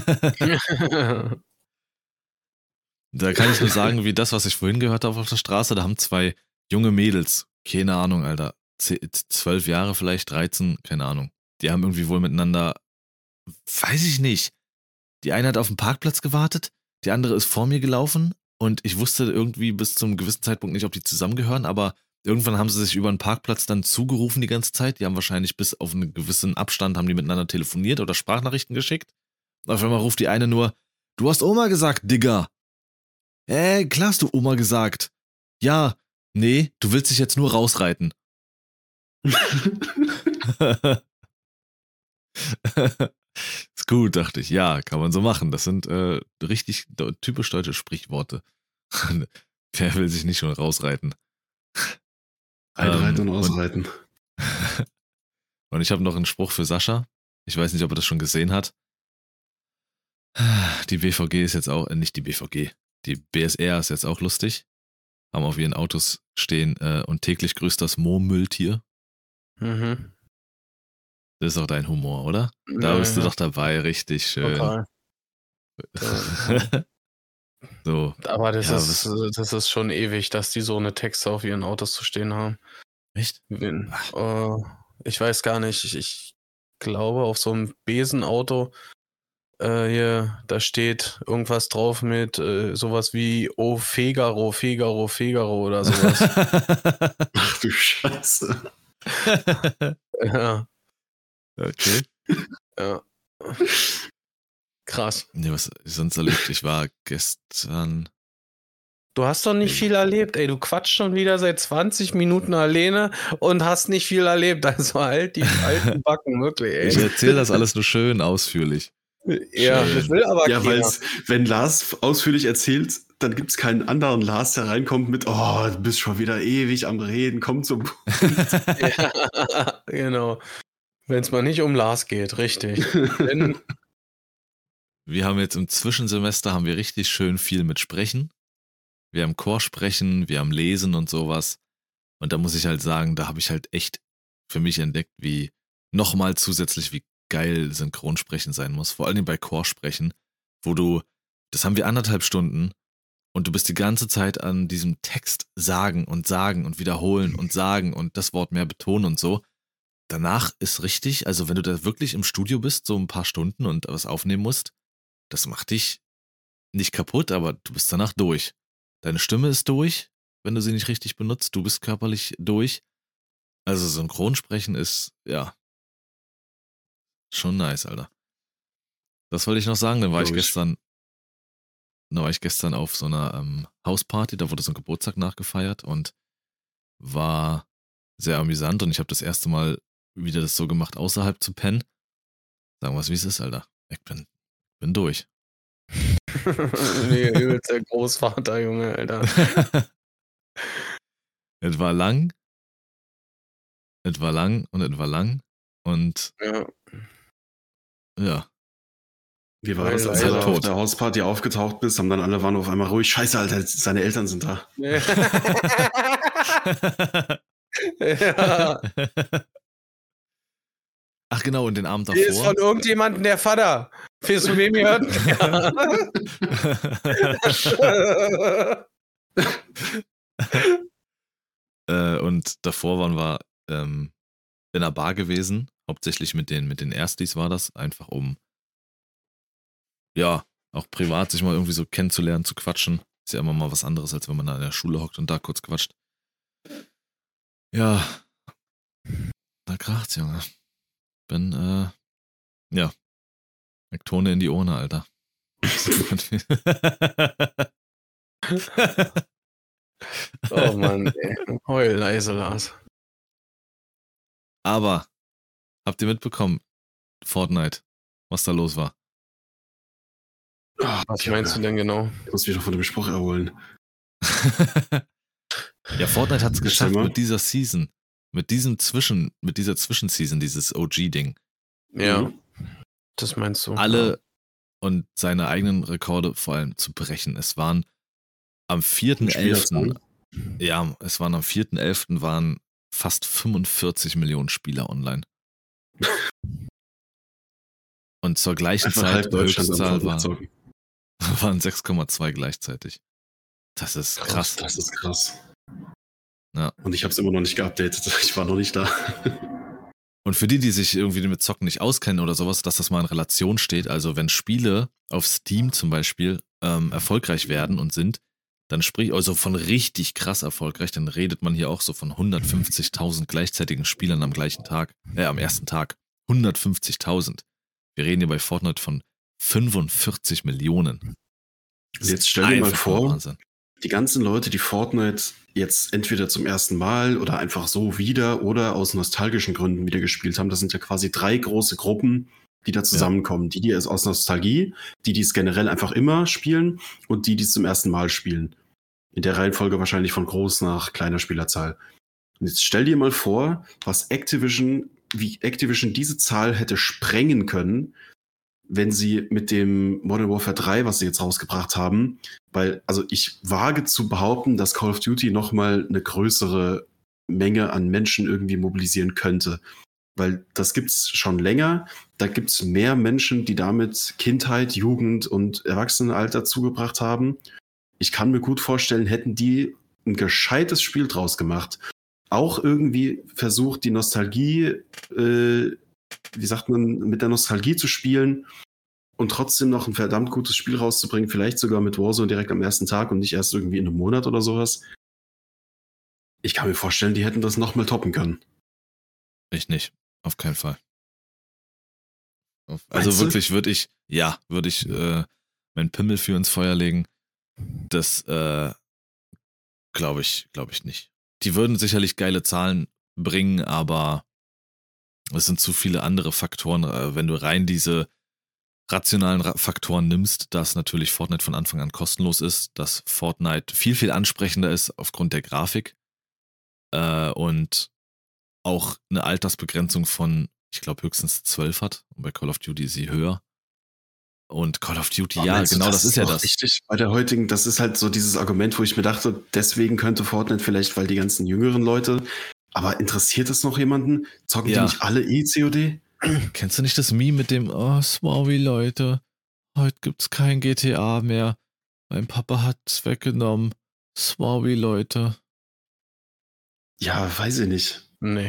Da kann ich nur sagen, wie das, was ich vorhin gehört habe auf der Straße, da haben zwei junge Mädels, keine Ahnung, Alter, zwölf Jahre vielleicht, dreizehn, keine Ahnung. Die haben irgendwie wohl miteinander, weiß ich nicht. Die eine hat auf dem Parkplatz gewartet, die andere ist vor mir gelaufen und ich wusste irgendwie bis zum gewissen Zeitpunkt nicht, ob die zusammengehören, aber irgendwann haben sie sich über einen Parkplatz dann zugerufen die ganze Zeit. Die haben wahrscheinlich bis auf einen gewissen Abstand haben die miteinander telefoniert oder Sprachnachrichten geschickt. Und auf einmal ruft die eine nur, du hast Oma gesagt, Digga. Äh, klar hast du Oma gesagt. Ja, nee, du willst dich jetzt nur rausreiten. Ist gut, dachte ich. Ja, kann man so machen. Das sind äh, richtig typisch deutsche Sprichworte. Wer will sich nicht schon rausreiten? Einreiten Ähm, und ausreiten. Und, und ich habe noch einen Spruch für Sascha. Ich weiß nicht, ob er das schon gesehen hat. Die B V G ist jetzt auch, äh, nicht die B V G, die B S R ist jetzt auch lustig. Haben auf ihren Autos stehen äh, und täglich grüßt das Moormülltier. Mhm. Das ist auch dein Humor, oder? Da Ja, bist du ja. doch dabei, richtig schön. Total. So. Aber das, Ja, ist, was- das ist schon ewig, dass die so eine Texte auf ihren Autos zu stehen haben. Echt? Wenn, äh, ich weiß gar nicht, ich, ich glaube auf so einem Besenauto, äh, hier, da steht irgendwas drauf mit äh, sowas wie Oh Fegaro, Fegaro, Fegaro oder sowas. Ach du Scheiße. Ja, Okay. ja. Krass. Nee, was ich sonst erlebt? Ich war gestern. Du hast doch nicht viel erlebt, ey. Du quatschst schon wieder seit zwanzig Minuten alleine und hast nicht viel erlebt. Also halt die alten Backen, wirklich, Ich ey. erzähle das alles nur schön ausführlich. Ja, schön. das will aber Ja, weil keiner. wenn Lars ausführlich erzählt, dann gibt es keinen anderen Lars, der reinkommt mit, oh, du bist schon wieder ewig am Reden, komm zum Ja, genau. Wenn es mal nicht um Lars geht, richtig. Wenn, Wir haben jetzt im Zwischensemester haben wir richtig schön viel mit Sprechen. Wir haben Chorsprechen, wir haben Lesen und sowas. Und da muss ich halt sagen, da habe ich halt echt für mich entdeckt, wie nochmal zusätzlich, wie geil Synchronsprechen sein muss. Vor allem bei Chorsprechen, wo du, das haben wir anderthalb Stunden und du bist die ganze Zeit an diesem Text sagen und sagen und wiederholen und sagen und das Wort mehr betonen und so. Danach ist richtig, also wenn du da wirklich im Studio bist, so ein paar Stunden und was aufnehmen musst, das macht dich nicht kaputt, aber du bist danach durch. Deine Stimme ist durch, wenn du sie nicht richtig benutzt. Du bist körperlich durch. Also Synchronsprechen ist, ja, schon nice, Alter. Das wollte ich noch sagen. Dann war ich Glaub ich. gestern, dann war ich gestern auf so einer ähm, Hausparty, da wurde so ein Geburtstag nachgefeiert und war sehr amüsant und ich habe das erste Mal wieder das so gemacht, außerhalb zu pennen. Sagen wir es, wie es ist, Alter. Ich bin, bin durch. Nee, übelst der Großvater, Junge, Alter. Es war lang, es war lang und es war lang und Ja. ja. Wie war Weil das, als leider- du da auf tot. der Hausparty aufgetaucht bist, haben dann alle waren auf einmal ruhig. Scheiße, Alter, seine Eltern sind da. Ja. Ach genau, und den Abend Hier ist davor. von irgendjemandem der Vater. Weißt du, wem ihr hört? äh, und davor waren wir ähm, in einer Bar gewesen, hauptsächlich mit den, mit den Erstis war das, einfach um ja, auch privat sich mal irgendwie so kennenzulernen, zu quatschen. Ist ja immer mal was anderes, als wenn man da in der Schule hockt und da kurz quatscht. Ja, da kracht's, Junge. Bin, äh, ja, Mektone in die Urne, Alter. Oh Mann, ey. Heul leise, Lars. Aber, habt ihr mitbekommen, Fortnite, was da los war? Ach, Was meinst du denn genau? Ich muss mich noch von dem Spruch erholen. Ja, Fortnite hat's Erzähl geschafft mal. mit dieser Season, mit diesem Zwischen, mit dieser Zwischenseason, dieses O G-Ding. Ja, Mhm. das meinst du. Alle und seine eigenen Rekorde vor allem zu brechen. Es waren am vierten elften ja, es waren am vierten elften waren fast fünfundvierzig Millionen Spieler online. Und zur gleichen Einfach Zeit, halb Deutschland am Höchstzahl Fortnite war, zocken. waren sechs Komma zwei gleichzeitig. Das ist krass. Das ist krass. Ja. Und ich habe es immer noch nicht geupdatet. Ich war noch nicht da. Und für die, die sich irgendwie mit Zocken nicht auskennen oder sowas, dass das mal in Relation steht, also wenn Spiele auf Steam zum Beispiel ähm, erfolgreich werden und sind, dann sprich, also von richtig krass erfolgreich, dann redet man hier auch so von hundertfünfzigtausend gleichzeitigen Spielern am gleichen Tag, äh, am ersten Tag. hundertfünfzigtausend. Wir reden hier bei Fortnite von fünfundvierzig Millionen. Das Jetzt ist stell dir mal einfach vor, Wahnsinn. die ganzen Leute, die Fortnite jetzt entweder zum ersten Mal oder einfach so wieder oder aus nostalgischen Gründen wieder gespielt haben, das sind ja quasi drei große Gruppen, die da zusammenkommen. Die, die es aus Nostalgie, die, die es generell einfach immer spielen und die, die es zum ersten Mal spielen. In der Reihenfolge wahrscheinlich von groß nach kleiner Spielerzahl. Und jetzt stell dir mal vor, was Activision, wie Activision diese Zahl hätte sprengen können, wenn sie mit dem Modern Warfare drei, was sie jetzt rausgebracht haben, weil, also ich wage zu behaupten, dass Call of Duty nochmal eine größere Menge an Menschen irgendwie mobilisieren könnte. Weil das gibt's schon länger, da gibt's mehr Menschen, die damit Kindheit, Jugend und Erwachsenenalter zugebracht haben. Ich kann mir gut vorstellen, hätten die ein gescheites Spiel draus gemacht, auch irgendwie versucht, die Nostalgie, äh, wie sagt man, mit der Nostalgie zu spielen und trotzdem noch ein verdammt gutes Spiel rauszubringen, vielleicht sogar mit Warzone direkt am ersten Tag und nicht erst irgendwie in einem Monat oder sowas. Ich kann mir vorstellen, die hätten das nochmal toppen können. Ich nicht. Auf keinen Fall. Auf, also Meinst du? wirklich würde ich, ja, würde ich äh, meinen Pimmel für ins Feuer legen. Das äh, glaube ich, glaube ich nicht. Die würden sicherlich geile Zahlen bringen, aber es sind zu viele andere Faktoren. Äh, wenn du rein diese rationalen Ra- Faktoren nimmst, dass natürlich Fortnite von Anfang an kostenlos ist, dass Fortnite viel, viel ansprechender ist aufgrund der Grafik äh, und auch eine Altersbegrenzung von, ich glaube, höchstens zwölf hat. Und bei Call of Duty ist sie höher. Und Call of Duty, ja, Meinst du, genau, das, ist ja doch das. Richtig. Bei der heutigen, das ist halt so dieses Argument, wo ich mir dachte, deswegen könnte Fortnite vielleicht, weil die ganzen jüngeren Leute, aber interessiert das noch jemanden? Zocken Ja. die nicht alle eh C O D? Kennst du nicht das Meme mit dem, oh, Swawi, Leute, heute gibt's kein G T A mehr. Mein Papa hat's weggenommen. Swawi, Leute. Ja, weiß ich nicht. Nee.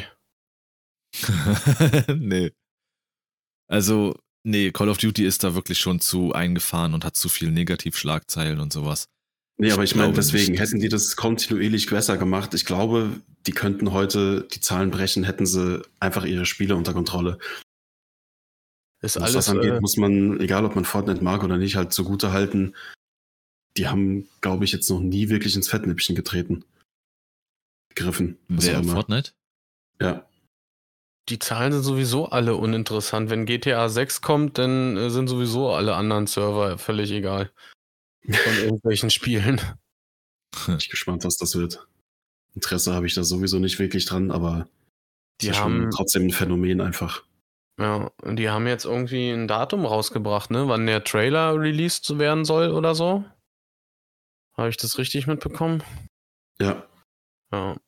Nee. Also, nee, Call of Duty ist da wirklich schon zu eingefahren und hat zu viel Negativschlagzeilen und sowas. Nee, Ich aber ich meine, glaube deswegen nicht, dass hätten die das kontinuierlich besser gemacht. Ich glaube, die könnten heute die Zahlen brechen, hätten sie einfach ihre Spiele unter Kontrolle. Ist Was alles. das angeht, Äh, muss man, egal ob man Fortnite mag oder nicht, halt zugute halten. Die haben, glaube ich, jetzt noch nie wirklich ins Fettnäpfchen getreten. Gegriffen. Was Wer, auch immer. Fortnite? Ja. die Zahlen sind sowieso alle uninteressant. Wenn G T A sechs kommt, dann äh, sind sowieso alle anderen Server völlig egal. Von irgendwelchen Spielen. Bin ich gespannt, was das wird. Interesse habe ich da sowieso nicht wirklich dran, aber Die ist ja haben, schon trotzdem ein Phänomen einfach. ja, und die haben jetzt irgendwie ein Datum rausgebracht, ne? Wann der Trailer released werden soll oder so. Habe ich das richtig mitbekommen? Ja, Ja.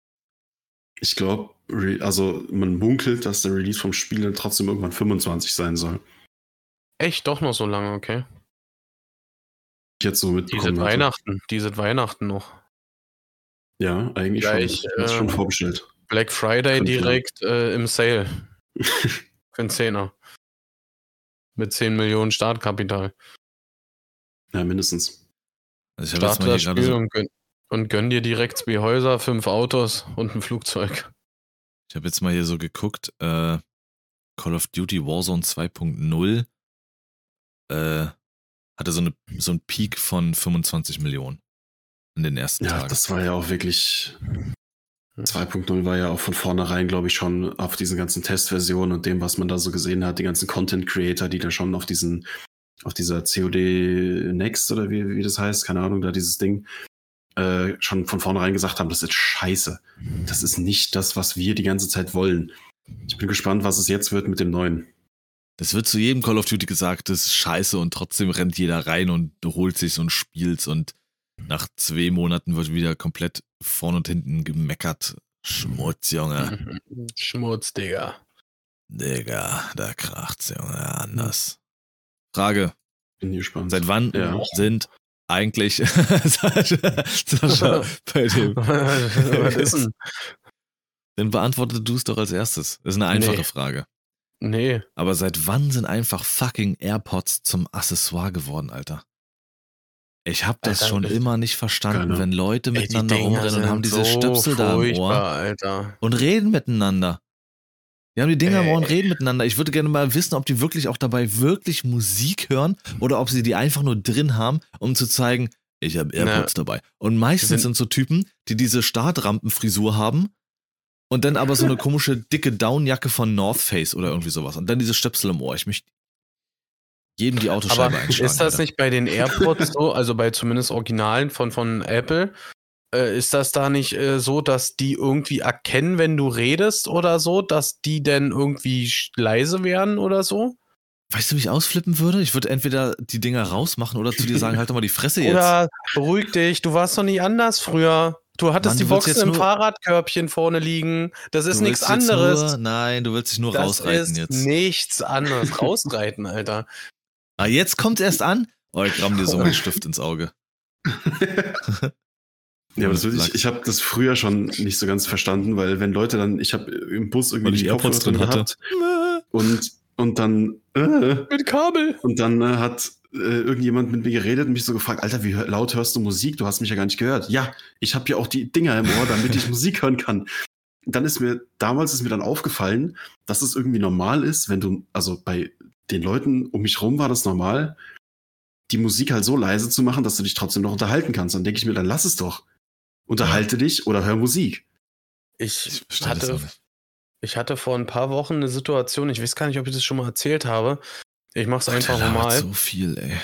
ich glaube, also man munkelt, dass der Release vom Spiel dann trotzdem irgendwann fünfundzwanzig sein soll. Echt, doch noch so lange, okay. Ich jetzt so Die mitbekommen sind hatte. Weihnachten, die sind Weihnachten noch. Ja, eigentlich Gleich, schon. Das ist schon äh, vorbestellt. Black Friday Fünf Jahre. direkt äh, im Sale. Für einen Zehner. Mit zehn Millionen Startkapital. Ja, mindestens. Also ich habe jetzt Starte mal das hier gerade Spiel so, und gönn, und gönn dir direkt zwei Häuser, fünf Autos und ein Flugzeug. ich habe jetzt mal hier so geguckt, äh, Call of Duty Warzone zwei Punkt null äh, hatte so, eine, so einen Peak von fünfundzwanzig Millionen in den ersten Ja, Tagen. das war ja auch wirklich. zwei Punkt null war ja auch von vornherein, glaube ich, schon auf diesen ganzen Testversionen und dem, was man da so gesehen hat, die ganzen Content-Creator, die da schon auf diesen, auf dieser C O D Next oder wie, wie das heißt, keine Ahnung, da dieses Ding, äh, schon von vornherein gesagt haben, das ist scheiße. Das ist nicht das, was wir die ganze Zeit wollen. Ich bin gespannt, was es jetzt wird mit dem neuen. Das wird zu jedem Call of Duty gesagt, das ist scheiße und trotzdem rennt jeder rein und holt sich und spielt's und nach zwei Monaten wird wieder komplett vorn und hinten gemeckert. Schmutz, Junge. Schmutz, Digga. Digga, da kracht's, Junge, anders. Frage, Bin gespannt. seit wann Ja. sind eigentlich Sascha, Sascha, bei dem Was ist denn? Dann beantworte du es doch als erstes. Das ist eine einfache Nee. Frage. Nee. Aber seit wann sind einfach fucking AirPods zum Accessoire geworden, Alter? Ich hab das Alter, schon das- immer nicht verstanden, Keine. wenn Leute Ey, die miteinander Dinger rumrennen und sind haben diese so Stöpsel da im furchtbar, Ohr Alter. und reden miteinander. Die haben die Dinger im Ohr und Ey. reden miteinander. Ich würde gerne mal wissen, ob die wirklich auch dabei wirklich Musik hören oder ob sie die einfach nur drin haben, um zu zeigen, ich habe AirPods dabei. Und meistens sind- sind so Typen, die diese Startrampenfrisur haben und dann aber so eine komische dicke Downjacke von North Face oder irgendwie sowas. Und dann diese Stöpsel im Ohr. Ich möchte jedem die Autoscheibe Aber einschlagen. ist das Alter. nicht bei den AirPods so, also bei zumindest Originalen von, von Apple, äh, ist das da nicht äh, so, dass die irgendwie erkennen, wenn du redest oder so, dass die denn irgendwie sch- leise werden oder so? Weißt du, wie ich ausflippen würde? Ich würde entweder die Dinger rausmachen oder zu dir sagen, halt doch mal die Fresse jetzt. Oder beruhig dich, du warst doch nicht anders früher. Du hattest Mann, die du willst Boxen jetzt im nur- Fahrradkörbchen vorne liegen. Das ist Du nichts willst jetzt anderes. Nur, nein, du willst dich nur das rausreiten ist jetzt. nichts anderes. Rausreiten, Alter. Ah, jetzt kommt's erst an? Oh, ich ramm dir so meinen Stift ins Auge. Ja, aber das will ich, ich habe das früher schon nicht so ganz verstanden, weil wenn Leute dann, ich habe im Bus irgendwie Weil ich die AirPods Kopfhörer drin gehabt und, und dann äh, Mit Kabel. und dann äh, hat äh, irgendjemand mit mir geredet und mich so gefragt, Alter, wie hör- laut hörst du Musik? Du hast mich ja gar nicht gehört. Ja, ich habe ja auch die Dinger im Ohr, damit ich Musik hören kann. Und dann ist mir, damals ist mir dann aufgefallen, dass es irgendwie normal ist, wenn du, also bei den Leuten um mich rum war das normal, die Musik halt so leise zu machen, dass du dich trotzdem noch unterhalten kannst. Dann denke ich mir, dann lass es doch. Unterhalte dich oder hör Musik. Ich, Ich verstehe das hatte, noch nicht. ich hatte vor ein paar Wochen eine Situation, ich weiß gar nicht, ob ich das schon mal erzählt habe. Ich mach's einfach Der labert normal. so viel, ey.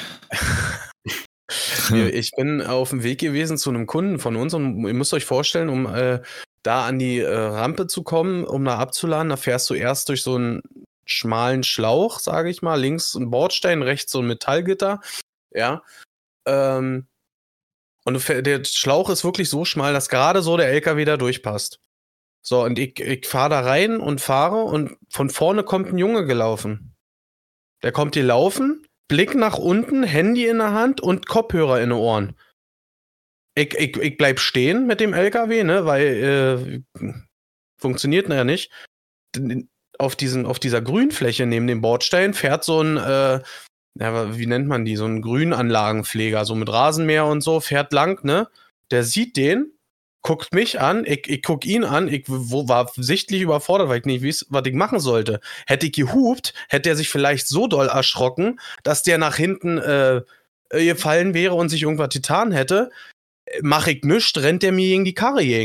Ja, ich bin auf dem Weg gewesen zu einem Kunden von uns und ihr müsst euch vorstellen, um äh, da an die äh, Rampe zu kommen, um da abzuladen, da fährst du erst durch so einen schmalen Schlauch, sage ich mal, links ein Bordstein, rechts so ein Metallgitter, ja. Ähm, und du fähr- der Schlauch ist wirklich so schmal, dass gerade so der L K W da durchpasst. So, und ich, ich fahre da rein und fahre und von vorne kommt ein Junge gelaufen. Der kommt hier laufen, Blick nach unten, Handy in der Hand und Kopfhörer in den Ohren. Ich, ich, ich bleib stehen mit dem L K W, ne, weil äh, funktioniert ja nicht. Auf, diesen, auf dieser Grünfläche neben dem Bordstein fährt so ein, äh, ja, wie nennt man die, so ein Grünanlagenpfleger, so mit Rasenmäher und so, fährt lang, ne? Der sieht den, guckt mich an, ich, ich guck ihn an, ich wo, war sichtlich überfordert, weil ich nicht weiß, was ich machen sollte. Hätte ich gehupt, hätte er sich vielleicht so doll erschrocken, dass der nach hinten äh, gefallen wäre und sich irgendwas getan hätte. Mach ich nischt, rennt der mir gegen die Karre gegen.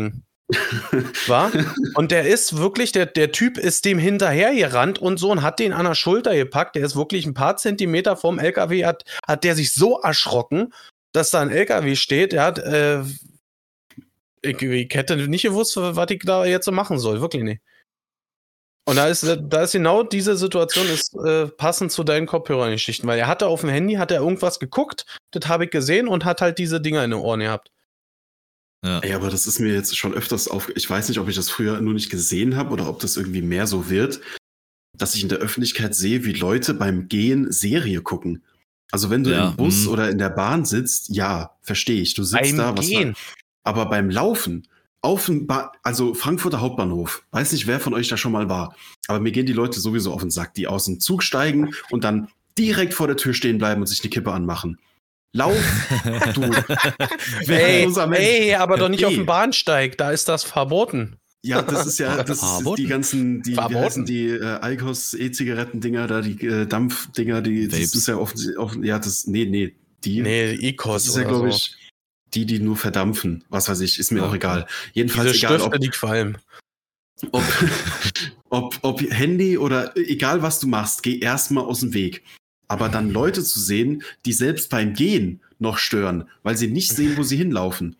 War? Und der ist wirklich, der, der Typ ist dem hinterhergerannt und so und hat den an der Schulter gepackt. Der ist wirklich ein paar Zentimeter vom L K W, hat, hat der sich so erschrocken, dass da ein L K W steht. Der hat, äh, ich, ich hätte nicht gewusst, was ich da jetzt so machen soll. Wirklich nicht. Und da ist, da ist genau diese Situation ist äh, passend zu deinen Kopfhörergeschichten, weil er hatte auf dem Handy, hat er irgendwas geguckt, das habe ich gesehen und hat halt diese Dinger in den Ohren gehabt. Ja. Ja, aber das ist mir jetzt schon öfters auf. Ich weiß nicht, ob ich das früher nur nicht gesehen habe oder ob das irgendwie mehr so wird, dass ich in der Öffentlichkeit sehe, wie Leute beim Gehen Serie gucken. Also wenn du Ja, im Bus mh. oder in der Bahn sitzt, ja, verstehe ich. Du sitzt Beim da, was Gehen. aber beim Laufen, auf dem ba- also Frankfurter Hauptbahnhof, weiß nicht, wer von euch da schon mal war, aber mir gehen die Leute sowieso auf den Sack, die aus dem Zug steigen und dann direkt vor der Tür stehen bleiben und sich eine Kippe anmachen. Lauf, du Ey, wehrloser Mensch. ey, aber doch nicht auf Ey. dem Bahnsteig, da ist das verboten. Ja, das ist ja, das ist Verboten. die ganzen, die, wie Verboten. heißen die äh, Eikos E-Zigaretten-Dinger da, die äh, Dampfdinger, die, das Vapes. ist ja offen, offen, ja, das, nee, nee, die, Nee, Icos das ist ja, oder glaube so. ich, die, die nur verdampfen, was weiß ich, ist mir Ja. auch egal. Jedenfalls Diese egal, Stifte, ob, die qualmen. ob, ob, ob Handy oder egal was du machst, geh erstmal aus dem Weg. Aber dann Leute zu sehen, die selbst beim Gehen noch stören, weil sie nicht sehen, wo sie hinlaufen.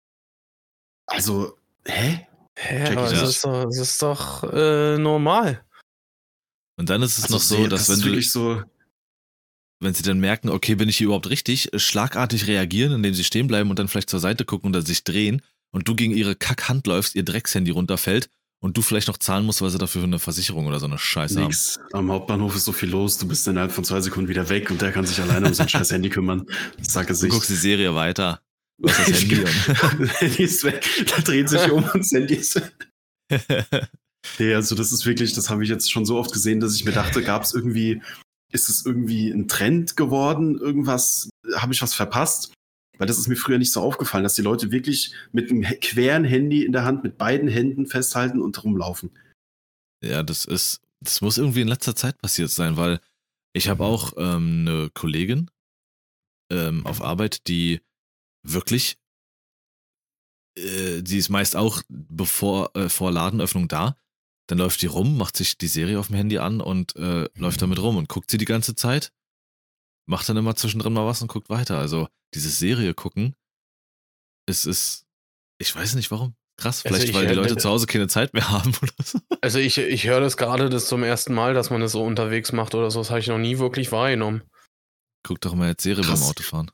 Also, hä? Hä, Check aber ich das nicht. ist doch, das ist doch äh, normal. Und dann ist es Also noch so, sehr- dass das wenn ist du, wirklich so, wenn sie dann merken, okay, bin ich hier überhaupt richtig, äh, schlagartig reagieren, indem sie stehen bleiben und dann vielleicht zur Seite gucken oder sich drehen und du gegen ihre Kackhand läufst, ihr Dreckshandy runterfällt und du vielleicht noch zahlen musst, weil sie dafür eine Versicherung oder so eine Scheiße haben. nix. Am Hauptbahnhof ist so viel los, du bist innerhalb von zwei Sekunden wieder weg und der kann sich alleine um sein scheiß Handy kümmern. Sag es Du nicht. guckst die Serie weiter. Du hast das Handy und Handy ist weg, da dreht sich um und das Handy ist weg. Nee, also das ist wirklich, das habe ich jetzt schon so oft gesehen, dass ich mir dachte, gab es irgendwie, ist es irgendwie ein Trend geworden? Irgendwas, habe ich was verpasst? Weil das ist mir früher nicht so aufgefallen, dass die Leute wirklich mit einem queren Handy in der Hand mit beiden Händen festhalten und rumlaufen. Ja, das ist, das muss irgendwie in letzter Zeit passiert sein, weil ich habe auch ähm, eine Kollegin ähm, auf Arbeit, die wirklich, äh, die ist meist auch bevor äh, vor Ladenöffnung da, dann läuft die rum, macht sich die Serie auf dem Handy an und äh, läuft damit rum und guckt sie die ganze Zeit, macht dann immer zwischendrin mal was und guckt weiter. Also dieses Serie gucken, es ist, ich weiß nicht warum. Krass, Also vielleicht ich, weil die äh, Leute äh, zu Hause keine Zeit mehr haben oder so. Also ich, ich höre das gerade das zum ersten Mal, dass man das so unterwegs macht oder so. Das habe ich noch nie wirklich wahrgenommen. Guck doch mal jetzt Serie Krass. beim Autofahren.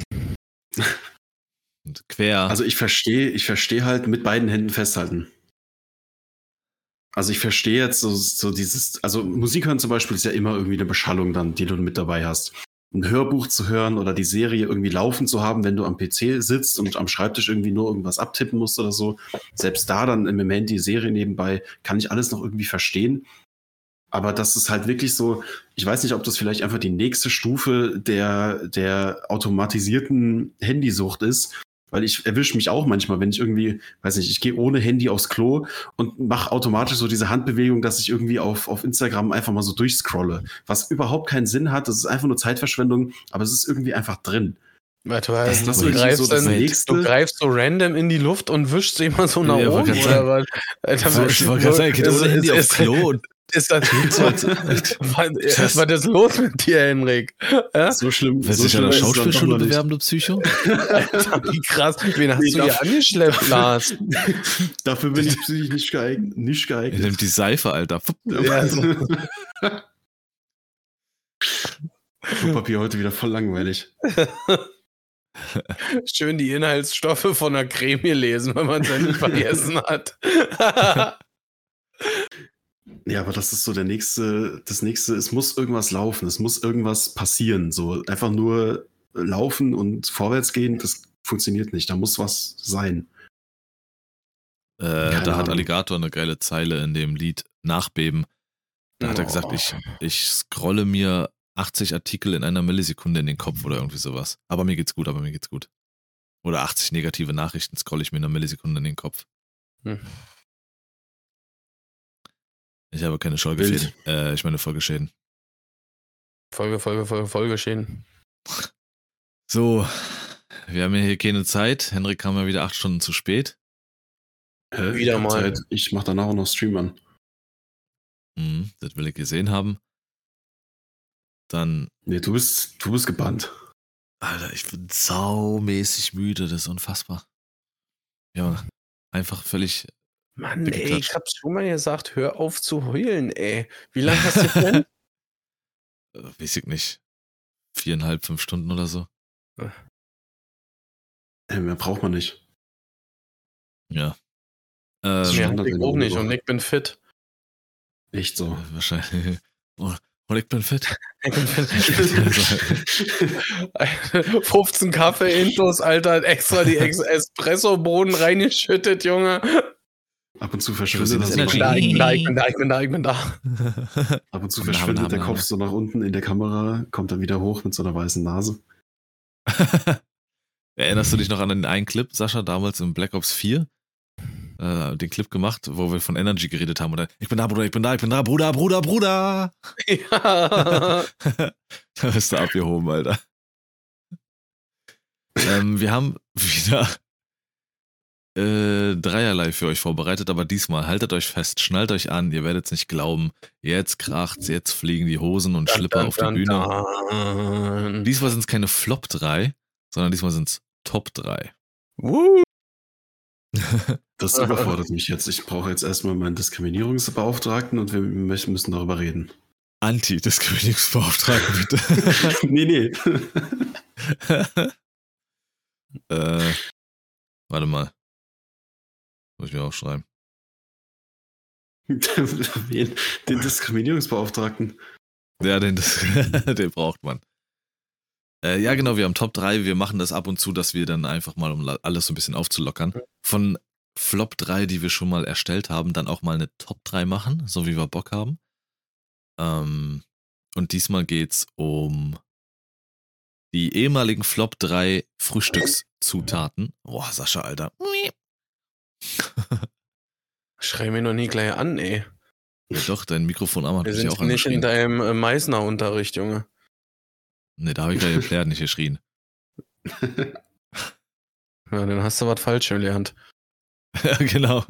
Und quer. Also ich verstehe, ich verstehe halt mit beiden Händen festhalten. Also ich verstehe jetzt so, so dieses, also Musik hören zum Beispiel ist ja immer irgendwie eine Beschallung dann, die du mit dabei hast. Ein Hörbuch zu hören oder die Serie irgendwie laufen zu haben, wenn du am P C sitzt und am Schreibtisch irgendwie nur irgendwas abtippen musst oder so. Selbst da dann im Moment die Serie nebenbei, kann ich alles noch irgendwie verstehen. Aber das ist halt wirklich so, ich weiß nicht, ob das vielleicht einfach die nächste Stufe der, der automatisierten Handysucht ist. Weil ich erwische mich auch manchmal, wenn ich irgendwie, weiß nicht, ich gehe ohne Handy aufs Klo und mache automatisch so diese Handbewegung, dass ich irgendwie auf, auf Instagram einfach mal so durchscrolle. Was überhaupt keinen Sinn hat, das ist einfach nur Zeitverschwendung, aber es ist irgendwie einfach drin. Warte, Das- das du, ist greifst so das dann, Nächste. du greifst so random in die Luft und wischst immer so nach Ja, wollte oben. grad Oder was? Alter, So, ich wollte gerade sagen, geht ist- ohne Handy ist- aufs Klo und Ist das, was, was, was ist los mit dir, Henrik? Ja? So schlimm. willst so du dich an der schlimm ist es dann doch Schauspielschule noch nicht. bewerben, du Psycho? Alter, wie krass. Wen hast Nee, du hier darf- angeschleppt, Lars? Dafür bin ich psychisch nicht geeignet. Nicht Er geeignet. nimmt die Seife, Alter. Ja, so. Klopapier heute wieder voll langweilig. Schön die Inhaltsstoffe von der Creme lesen, wenn man es ja nicht vergessen hat. Ja, aber das ist so der nächste, das nächste, es muss irgendwas laufen, es muss irgendwas passieren. So einfach nur laufen und vorwärts gehen, das funktioniert nicht. Da muss was sein. Äh, Keine da hat Ahnung. Alligator eine geile Zeile in dem Lied Nachbeben. Da hat er gesagt, ich, ich scrolle mir achtzig Artikel in einer Millisekunde in den Kopf oder irgendwie sowas. Aber mir geht's gut, aber mir geht's gut. Oder achtzig negative Nachrichten scrolle ich mir in einer Millisekunde in den Kopf. Hm. Ich habe keine Schäulgefäden. Äh, ich meine Folgeschäden. Folge, Folge, Folge, Folgeschäden. So, wir haben ja hier keine Zeit. Henrik kam ja wieder acht Stunden zu spät. Hä? Wieder ich hab mal. Zeit. Ich mach danach auch noch Stream an. Hm, das will ich gesehen haben. Dann, Nee, du bist, du bist gebannt. Alter, ich bin saumäßig müde, das ist unfassbar. Ja, einfach völlig Mann, Dicke ey, ich Klatsch. hab's schon mal gesagt, hör auf zu heulen, ey. Wie lange hast du denn? äh, weiß ich nicht, viereinhalb, fünf Stunden oder so. Äh, mehr braucht man nicht. Ja. Das ist Ähm, Ja, Standard ich in auch der nicht Woche. und ich bin fit. Echt so. äh, wahrscheinlich. Oh, und ich bin fit. Ich bin fit. fünfzehn Kaffee intus, Alter, extra die Ex Espresso-Bohnen reingeschüttet, Junge. Ab und zu Plus verschwindet das das so Energy. nach, Da, ich bin da, ich bin da, ich bin da, ich bin da. ab und zu Haben wir, verschwindet haben wir, der haben Kopf wir. so nach unten in der Kamera, kommt dann wieder hoch mit so einer weißen Nase. Erinnerst du dich noch an den einen Clip, Sascha, damals im Black Ops vier? Äh, den Clip gemacht, wo wir von Energy geredet haben. Oder ich bin da, Bruder, ich bin da, ich bin da, Bruder, Bruder, Bruder. Ja. Da bist du abgehoben, Alter. ähm, wir haben wieder äh, dreierlei für euch vorbereitet, aber diesmal haltet euch fest, schnallt euch an, ihr werdet es nicht glauben. Jetzt kracht's, jetzt fliegen die Hosen und Schlipper auf die Dun, Bühne. dun. Diesmal sind es keine Flop drei, sondern diesmal sind es Top drei. Woo. Das überfordert mich jetzt. Ich brauche jetzt erstmal meinen Diskriminierungsbeauftragten und wir müssen müssen darüber reden. Anti-Diskriminierungsbeauftragten, bitte. nee, nee. äh, warte mal. Muss ich mir aufschreiben. Wen? Den Diskriminierungsbeauftragten. Ja, den, das, den braucht man. Äh, ja, genau, wir haben Top drei. Wir machen das ab und zu, dass wir dann einfach mal, um alles so ein bisschen aufzulockern, von Flop drei, die wir schon mal erstellt haben, dann auch mal eine Top drei machen, so wie wir Bock haben. Ähm, und diesmal geht's um die ehemaligen Flop drei Frühstückszutaten. Boah, Sascha, Alter. Schrei mir noch nie gleich an, ey. Ja doch, dein Mikrofonarm hat Wir mich ja sind auch nicht in angeschrien. deinem äh, Meißner-Unterricht, Junge. Ne, da habe ich gleich geklärt, nicht geschrien. Ja, dann hast du was falsch gelernt. Ja, genau.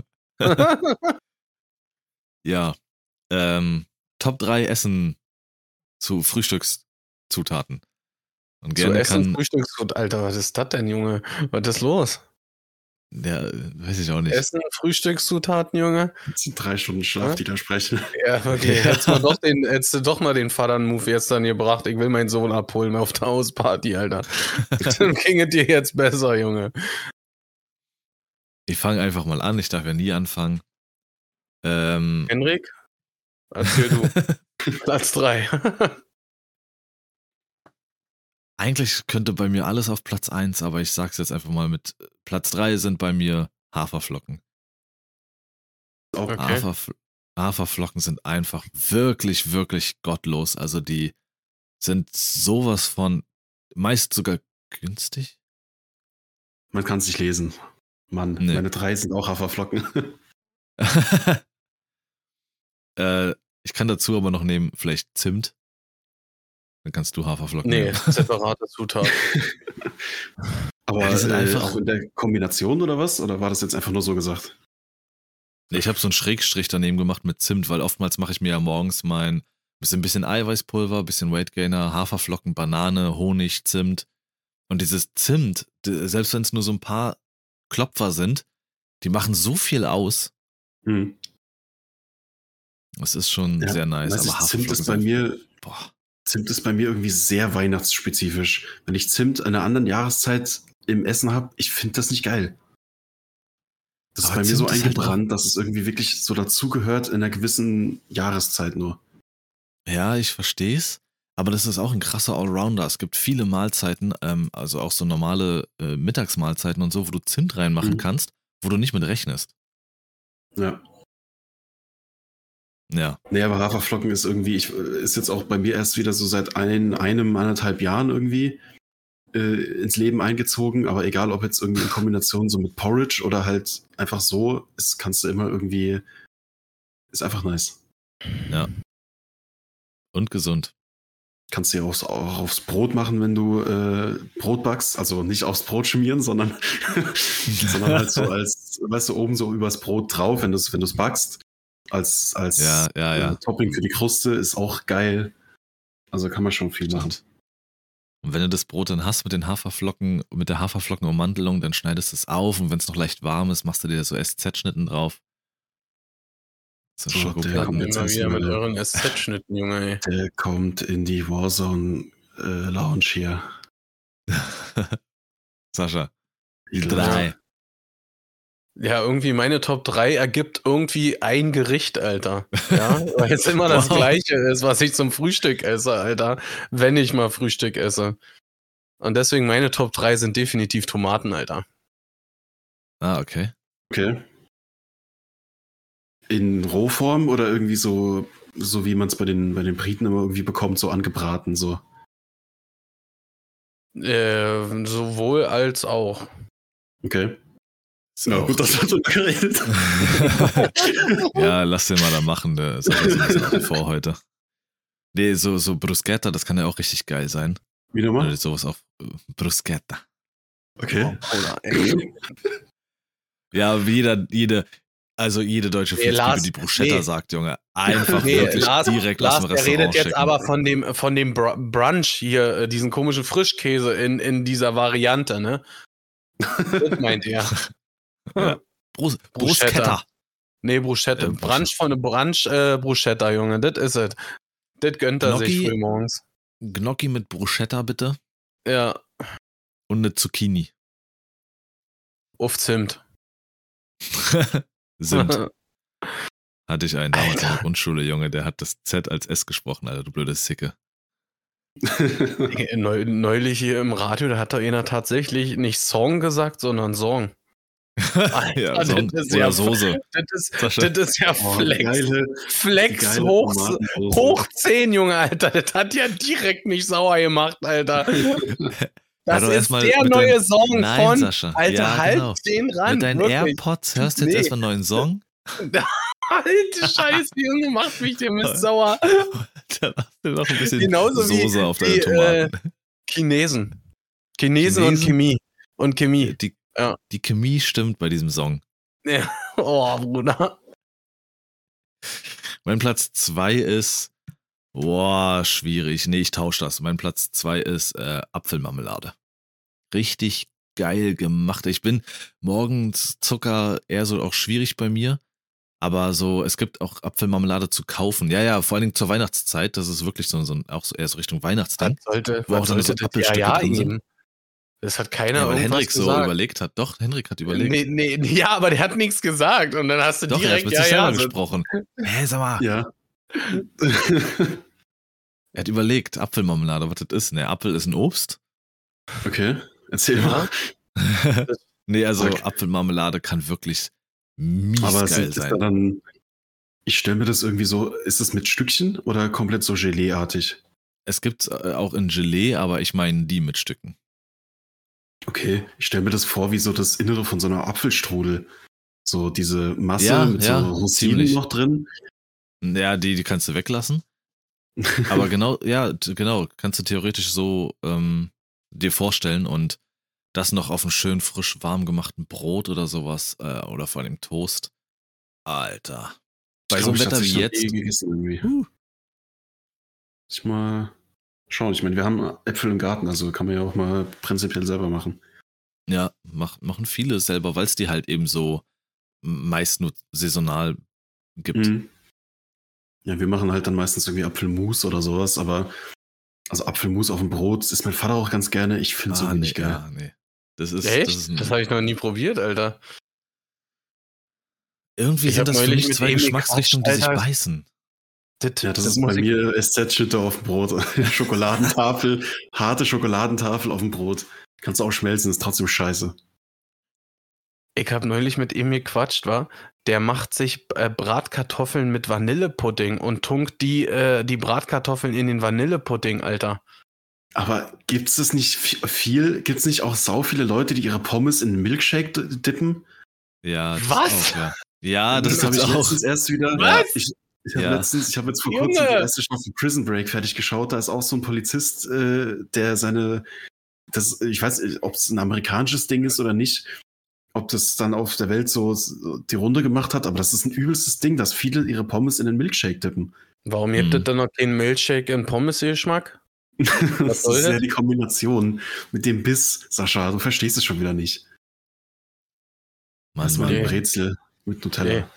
Ja. Ähm, Top drei Essen zu Frühstückszutaten. Und Zu gerne Essen, kann. Frühstücksgut, Alter, was ist das denn, Junge? Was ist los? Ja, weiß ich auch nicht. Essen, Frühstückszutaten, Junge? Das sind drei Stunden Schlaf, Ja? die da sprechen. Ja, okay. Hättest du doch, den, hättest du doch mal den Vater-Move jetzt dann gebracht. Ich will meinen Sohn abholen auf der Hausparty, Alter. Dann ging es dir jetzt besser, Junge. Ich fange einfach mal an, ich darf ja nie anfangen. Ähm, Henrik? Erzähl du. Platz drei. Eigentlich könnte bei mir alles auf Platz eins, aber ich sag's jetzt einfach mal mit Platz drei sind bei mir Haferflocken. Auch Okay. Haferf Haferflocken sind einfach wirklich, wirklich gottlos. Also die sind sowas von, meist sogar günstig. Man kann es nicht lesen. Mann, Nee. meine drei sind auch Haferflocken. äh, ich kann dazu aber noch nehmen, vielleicht Zimt. Dann kannst du Haferflocken Nee, nehmen. separate Zutat. Aber Ja, die sind äh, einfach- auch in der Kombination oder was? Oder war das jetzt einfach nur so gesagt? Nee, ich habe so einen Schrägstrich daneben gemacht mit Zimt, weil oftmals mache ich mir ja morgens mein bisschen, bisschen Eiweißpulver, bisschen Weight Gainer, Haferflocken, Banane, Honig, Zimt. Und dieses Zimt, d- selbst wenn es nur so ein paar Klopfer sind, die machen so viel aus. Hm. Das ist schon Ja, sehr nice. weißt du, Aber Zimt Haferflocken ist bei sind- mir Boah. Zimt ist bei mir irgendwie sehr weihnachtsspezifisch. Wenn ich Zimt einer anderen Jahreszeit im Essen habe, ich finde das nicht geil. Das Aber ist bei mir so Zimt ist halt eingebrannt, dass es irgendwie wirklich so dazugehört in einer gewissen Jahreszeit nur. Ja, ich versteh's. Aber das ist auch ein krasser Allrounder. Es gibt viele Mahlzeiten, ähm, also auch so normale äh, Mittagsmahlzeiten und so, wo du Zimt reinmachen Mhm. kannst, wo du nicht mit rechnest. Ja. Ja. Nee, aber Haferflocken ist irgendwie, ich, ist jetzt auch bei mir erst wieder so seit ein, einem, anderthalb Jahren irgendwie äh, ins Leben eingezogen. Aber egal, ob jetzt irgendwie in Kombination so mit Porridge oder halt einfach so, ist, kannst du immer irgendwie, ist einfach nice. Und gesund. Kannst du ja auch, auch aufs Brot machen, wenn du äh, Brot backst. Also nicht aufs Brot schmieren, sondern, sondern halt so als, weißt du, oben so übers Brot drauf, wenn du es wenn du's backst. Als, als Ja, ja, ja. Äh, Topping für die Kruste ist auch geil. Also kann man schon viel machen. Und wenn du das Brot dann hast mit den Haferflocken, mit der Haferflockenummantelung, dann schneidest du es auf und wenn es noch leicht warm ist, machst du dir so S Z-Schnitten drauf. So So, Kommt der kommt immer jetzt wieder mit mal- euren S Z-Schnitten, Junge, ey. Der kommt in die Warzone äh, Lounge hier. Sascha, die Ja. drei. Ja, irgendwie meine Top drei ergibt irgendwie ein Gericht, Alter. Ja, weil es immer das Wow. Gleiche ist, was ich zum Frühstück esse, Alter. Wenn ich mal Frühstück esse. Und deswegen meine Top drei sind definitiv Tomaten, Alter. Ah, okay. Okay. In Rohform oder irgendwie so, so wie man es bei den, bei den Briten immer irgendwie bekommt, so angebraten, so. Äh, sowohl als auch. Okay. Ist Ja, auch- gut, dass wir drüber geredet. Ja, lass den mal da machen, der ist auch vor heute. Nee, so, so Bruschetta, das kann ja auch richtig geil sein. Wie Oder nochmal? sowas auf äh, Bruschetta. Okay. Oder, ey. Ja, wie jeder, jede, also jede deutsche Nee, Flitzpiepe, Lars, die Bruschetta nee. sagt, Junge. Einfach Nee, wirklich Lars, direkt Lars aus dem der Restaurant redet jetzt schicken. aber von dem, von dem Br Brunch hier, äh, diesen komischen Frischkäse in, in dieser Variante, ne? Das meint er. Ja. Brus Bruschetta. Bruschetta. Nee, Bruschetta. Äh, Brunch von der Brunch, äh, Bruschetta, Junge. Das ist es. Das gönnt er sich Gnocchi? früh morgens. Gnocchi mit Bruschetta bitte. Ja, Und eine Zucchini. auf Zimt. Sind. Hatte ich einen damals in Alter. der Grundschule, Junge, der hat das Z als S gesprochen, Alter, du blöde Sicke. Neu, neulich hier im Radio, da hat da einer tatsächlich nicht Song gesagt, sondern Song. Alter, ja, das Song ist oder ja- Soße. Das ist, Sascha. das ist ja Oh, Flex. geile, Flex geile hoch, Tomatensoße. hoch zehn, Junge, Alter. Das hat ja direkt mich sauer gemacht, Alter. Das doch ist erst mal der mit neue deinen- Song Nein, von Sascha. Alter, Ja, halt genau. den ran. Mit deinen wirklich. AirPods hörst du jetzt Nee. erstmal einen neuen Song. Alte Scheiße, Junge, macht mich der Mist sauer. Dann hast du noch ein bisschen Genauso wie Soße auf deine die, Tomaten. Chinesen. Chinesen und Chinesen? Chemie. Und Chemie. Die, Ja. die Chemie stimmt bei diesem Song. Ja. Oh, Bruder. Mein Platz zwei ist, boah, schwierig. Nee, ich tausche das. Mein Platz zwei ist äh, Apfelmarmelade. Richtig geil gemacht. Ich bin morgens Zucker eher so auch schwierig bei mir. Aber so, es gibt auch Apfelmarmelade zu kaufen. Ja, ja, vor allen Dingen zur Weihnachtszeit. Das ist wirklich so, so ein, auch so eher so Richtung Was Weihnachtsding. sollte, Wo auch was dann so sollte das Apfelstücke ja, ja drin sind. eben? Das hat keiner Ja, weil irgendwas Henrik so gesagt. überlegt hat. Doch, Henrik hat überlegt. Nee, nee, nee, ja, aber der hat nichts gesagt und dann hast du Doch, er hat direkt mit ja, sich selber ja. So, gesprochen. Hä, sag mal. Ja. Er hat überlegt, Apfelmarmelade, was das ist. Ne, Apfel ist ein Obst. Okay, erzähl mal. nee, also Okay. Apfelmarmelade kann wirklich mies Aber geil sind das sein. dann, ich stelle mir das irgendwie so, ist es mit Stückchen oder komplett so Gelee-artig? Es gibt äh, auch in Gelee, aber ich meine die mit Stücken. Okay, ich stelle mir das vor wie so das Innere von so einer Apfelstrudel. So diese Masse Ja, mit ja, so Rosinen ziemlich. noch drin. Ja, die, die kannst du weglassen. Aber genau, ja, t- genau, kannst du theoretisch so ähm, dir vorstellen und das noch auf einem schön frisch warm gemachten Brot oder sowas äh, oder vor allem Toast. Alter. Bei Ich so glaub, einem ich Wetter tatsächlich wie noch nie jetzt. gegessen irgendwie. Huh. Ich mal schauen. Ich meine, wir haben Äpfel im Garten, also kann man ja auch mal prinzipiell selber machen. Ja, mach, machen viele selber, weil es die halt eben so meist nur saisonal gibt. Mhm. Ja, wir machen halt dann meistens irgendwie Apfelmus oder sowas, aber also Apfelmus auf dem Brot isst mein Vater auch ganz gerne. Ich finde es Ah, irgendwie nee, nicht geil. ja, nee. Das ist, Echt? das ist ein, Das habe ich noch nie probiert, Alter. irgendwie Ich sind hab das für neulich mich mit zwei ihm Geschmacksrichtungen, die sich gequatscht, Alter. beißen. Das, Ja, das, ist muss bei ich- mir S Z-Schütte auf dem Brot. Schokoladentafel, harte Schokoladentafel auf dem Brot. Kannst du auch schmelzen, ist trotzdem scheiße. Ich habe neulich mit ihm gequatscht, war. Der macht sich äh, Bratkartoffeln mit Vanillepudding und tunkt die, äh, die Bratkartoffeln in den Vanillepudding, Alter. Aber gibt es das nicht vi- viel? Gibt es nicht auch sau viele Leute, die ihre Pommes in einen Milkshake d- dippen? Ja, das Was? Auch, ja. ja, das, das habe gibt's ich auch. letztens erst wieder. Was? Ja, ich, Ich habe Ja. letztens, ich habe jetzt vor Junge! kurzem die erste Staffel Prison Break fertig geschaut. Da ist auch so ein Polizist, äh, der seine, das, ich weiß nicht, ob es ein amerikanisches Ding ist oder nicht, ob das dann auf der Welt so so die Runde gemacht hat, aber das ist ein übelstes Ding, dass viele ihre Pommes in den Milkshake tippen. Warum gibt Hm. es denn noch keinen Milkshake in Pommes-Geschmack? Das soll ist ja das? die Kombination mit dem Biss, Sascha. Du verstehst es schon wieder nicht. Mann, Erstmal Mann, ein nee. Brezel mit Nutella.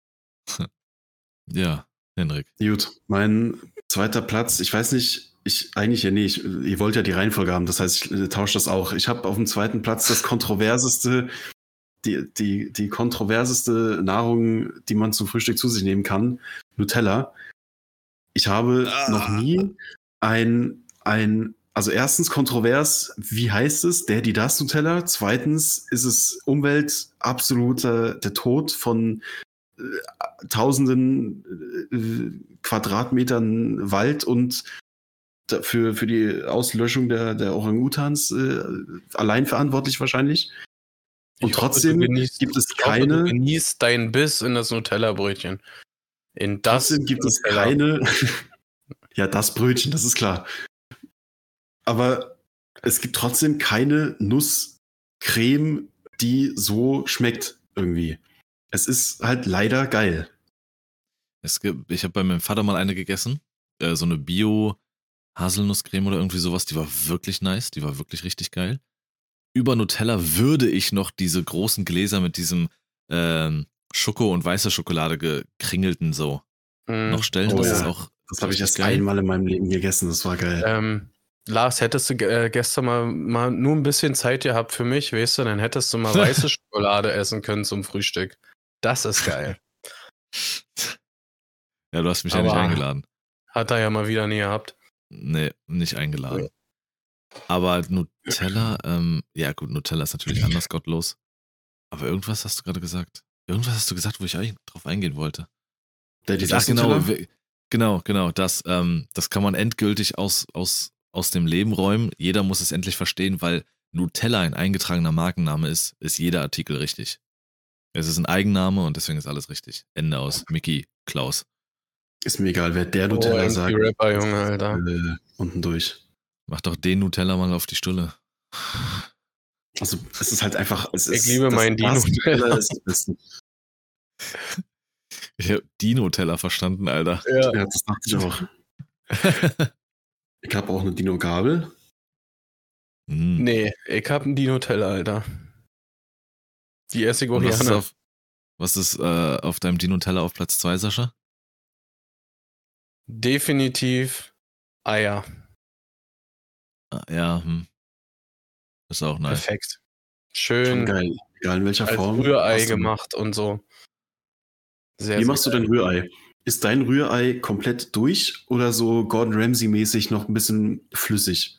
Ja, Henrik. Gut, mein zweiter Platz, ich weiß nicht, ich eigentlich ja nee, ich, ihr wollt ja die Reihenfolge haben, das heißt, ich äh, tausche das auch. Ich habe auf dem zweiten Platz das kontroverseste, die, die, die kontroverseste Nahrung, die man zum Frühstück zu sich nehmen kann, Nutella. Ich habe Ah. noch nie ein, ein, also erstens kontrovers, wie heißt es, der, die, das Nutella? Zweitens ist es Umwelt absoluter, der Tod von äh, tausenden äh, Quadratmetern Wald und da- für, für die Auslöschung der, der Orang-Utans äh, allein verantwortlich wahrscheinlich. Und Ich hoffe, trotzdem du genießt- gibt es Ich hoffe, du keine, genießt deinen Biss in das Nutella-Brötchen. In das trotzdem gibt es Nutella. keine, ja, das Brötchen, das ist klar. Aber es gibt trotzdem keine Nusscreme, die so schmeckt irgendwie. Es ist halt leider geil. Es gibt, ich habe bei meinem Vater mal eine gegessen, äh, so eine Bio-Haselnusscreme oder irgendwie sowas, die war wirklich nice, die war wirklich richtig geil. Über Nutella würde ich noch diese großen Gläser mit diesem ähm, Schoko und weißer Schokolade gekringelten so Mhm. noch stellen. Oh das ja. ist auch Das habe ich richtig erst einmal in meinem Leben gegessen, das war geil. Ähm, Lars, hättest du äh, gestern mal, mal nur ein bisschen Zeit gehabt für mich, weißt du, dann hättest du mal weiße Schokolade essen können zum Frühstück. Das ist geil. Ja, du hast mich ja Aber- nicht eingeladen. Hat er ja mal wieder nie gehabt. Nee, nicht eingeladen. Aber Nutella, ähm, ja gut, Nutella ist natürlich anders gottlos. Aber irgendwas hast du gerade gesagt. Irgendwas hast du gesagt, wo ich eigentlich drauf eingehen wollte. Der, die, Ach, das genau, Nutella? wir- genau, genau, das, ähm, das kann man endgültig aus, aus, aus dem Leben räumen. Jeder muss es endlich verstehen, weil Nutella ein eingetragener Markenname ist, ist jeder Artikel richtig. Es ist ein Eigenname und deswegen ist alles richtig. Ende aus. Mickey Klaus. Ist mir egal, wer der Oh, Nutella M C sagt. Rapper, Junge, Alter. Äh, unten durch. Mach doch den Nutella mal auf die Stulle. Also, es ist halt einfach. Es Ich ist, liebe das, meinen das Dino-Nutella. Nutella ist das Beste. Ich hab die Nutella verstanden, Alter. Ja. Ja, das dachte ich auch. Ich habe auch eine Dino-Gabel. Hm. Nee, ich hab einen Dino-Teller, Alter. Die esse ich auch Und was ist, gerne. auf, was ist äh, auf deinem Dino-Teller auf Platz zwei, Sascha? Definitiv Eier. Ah, ja, hm. Ist auch nice. Perfekt. Schon Schön geil. Egal in welcher als Form. Rührei Hast du- gemacht und so. Sehr, Wie sehr machst du dein Rührei? Ist dein Rührei komplett durch oder so Gordon Ramsay-mäßig noch ein bisschen flüssig?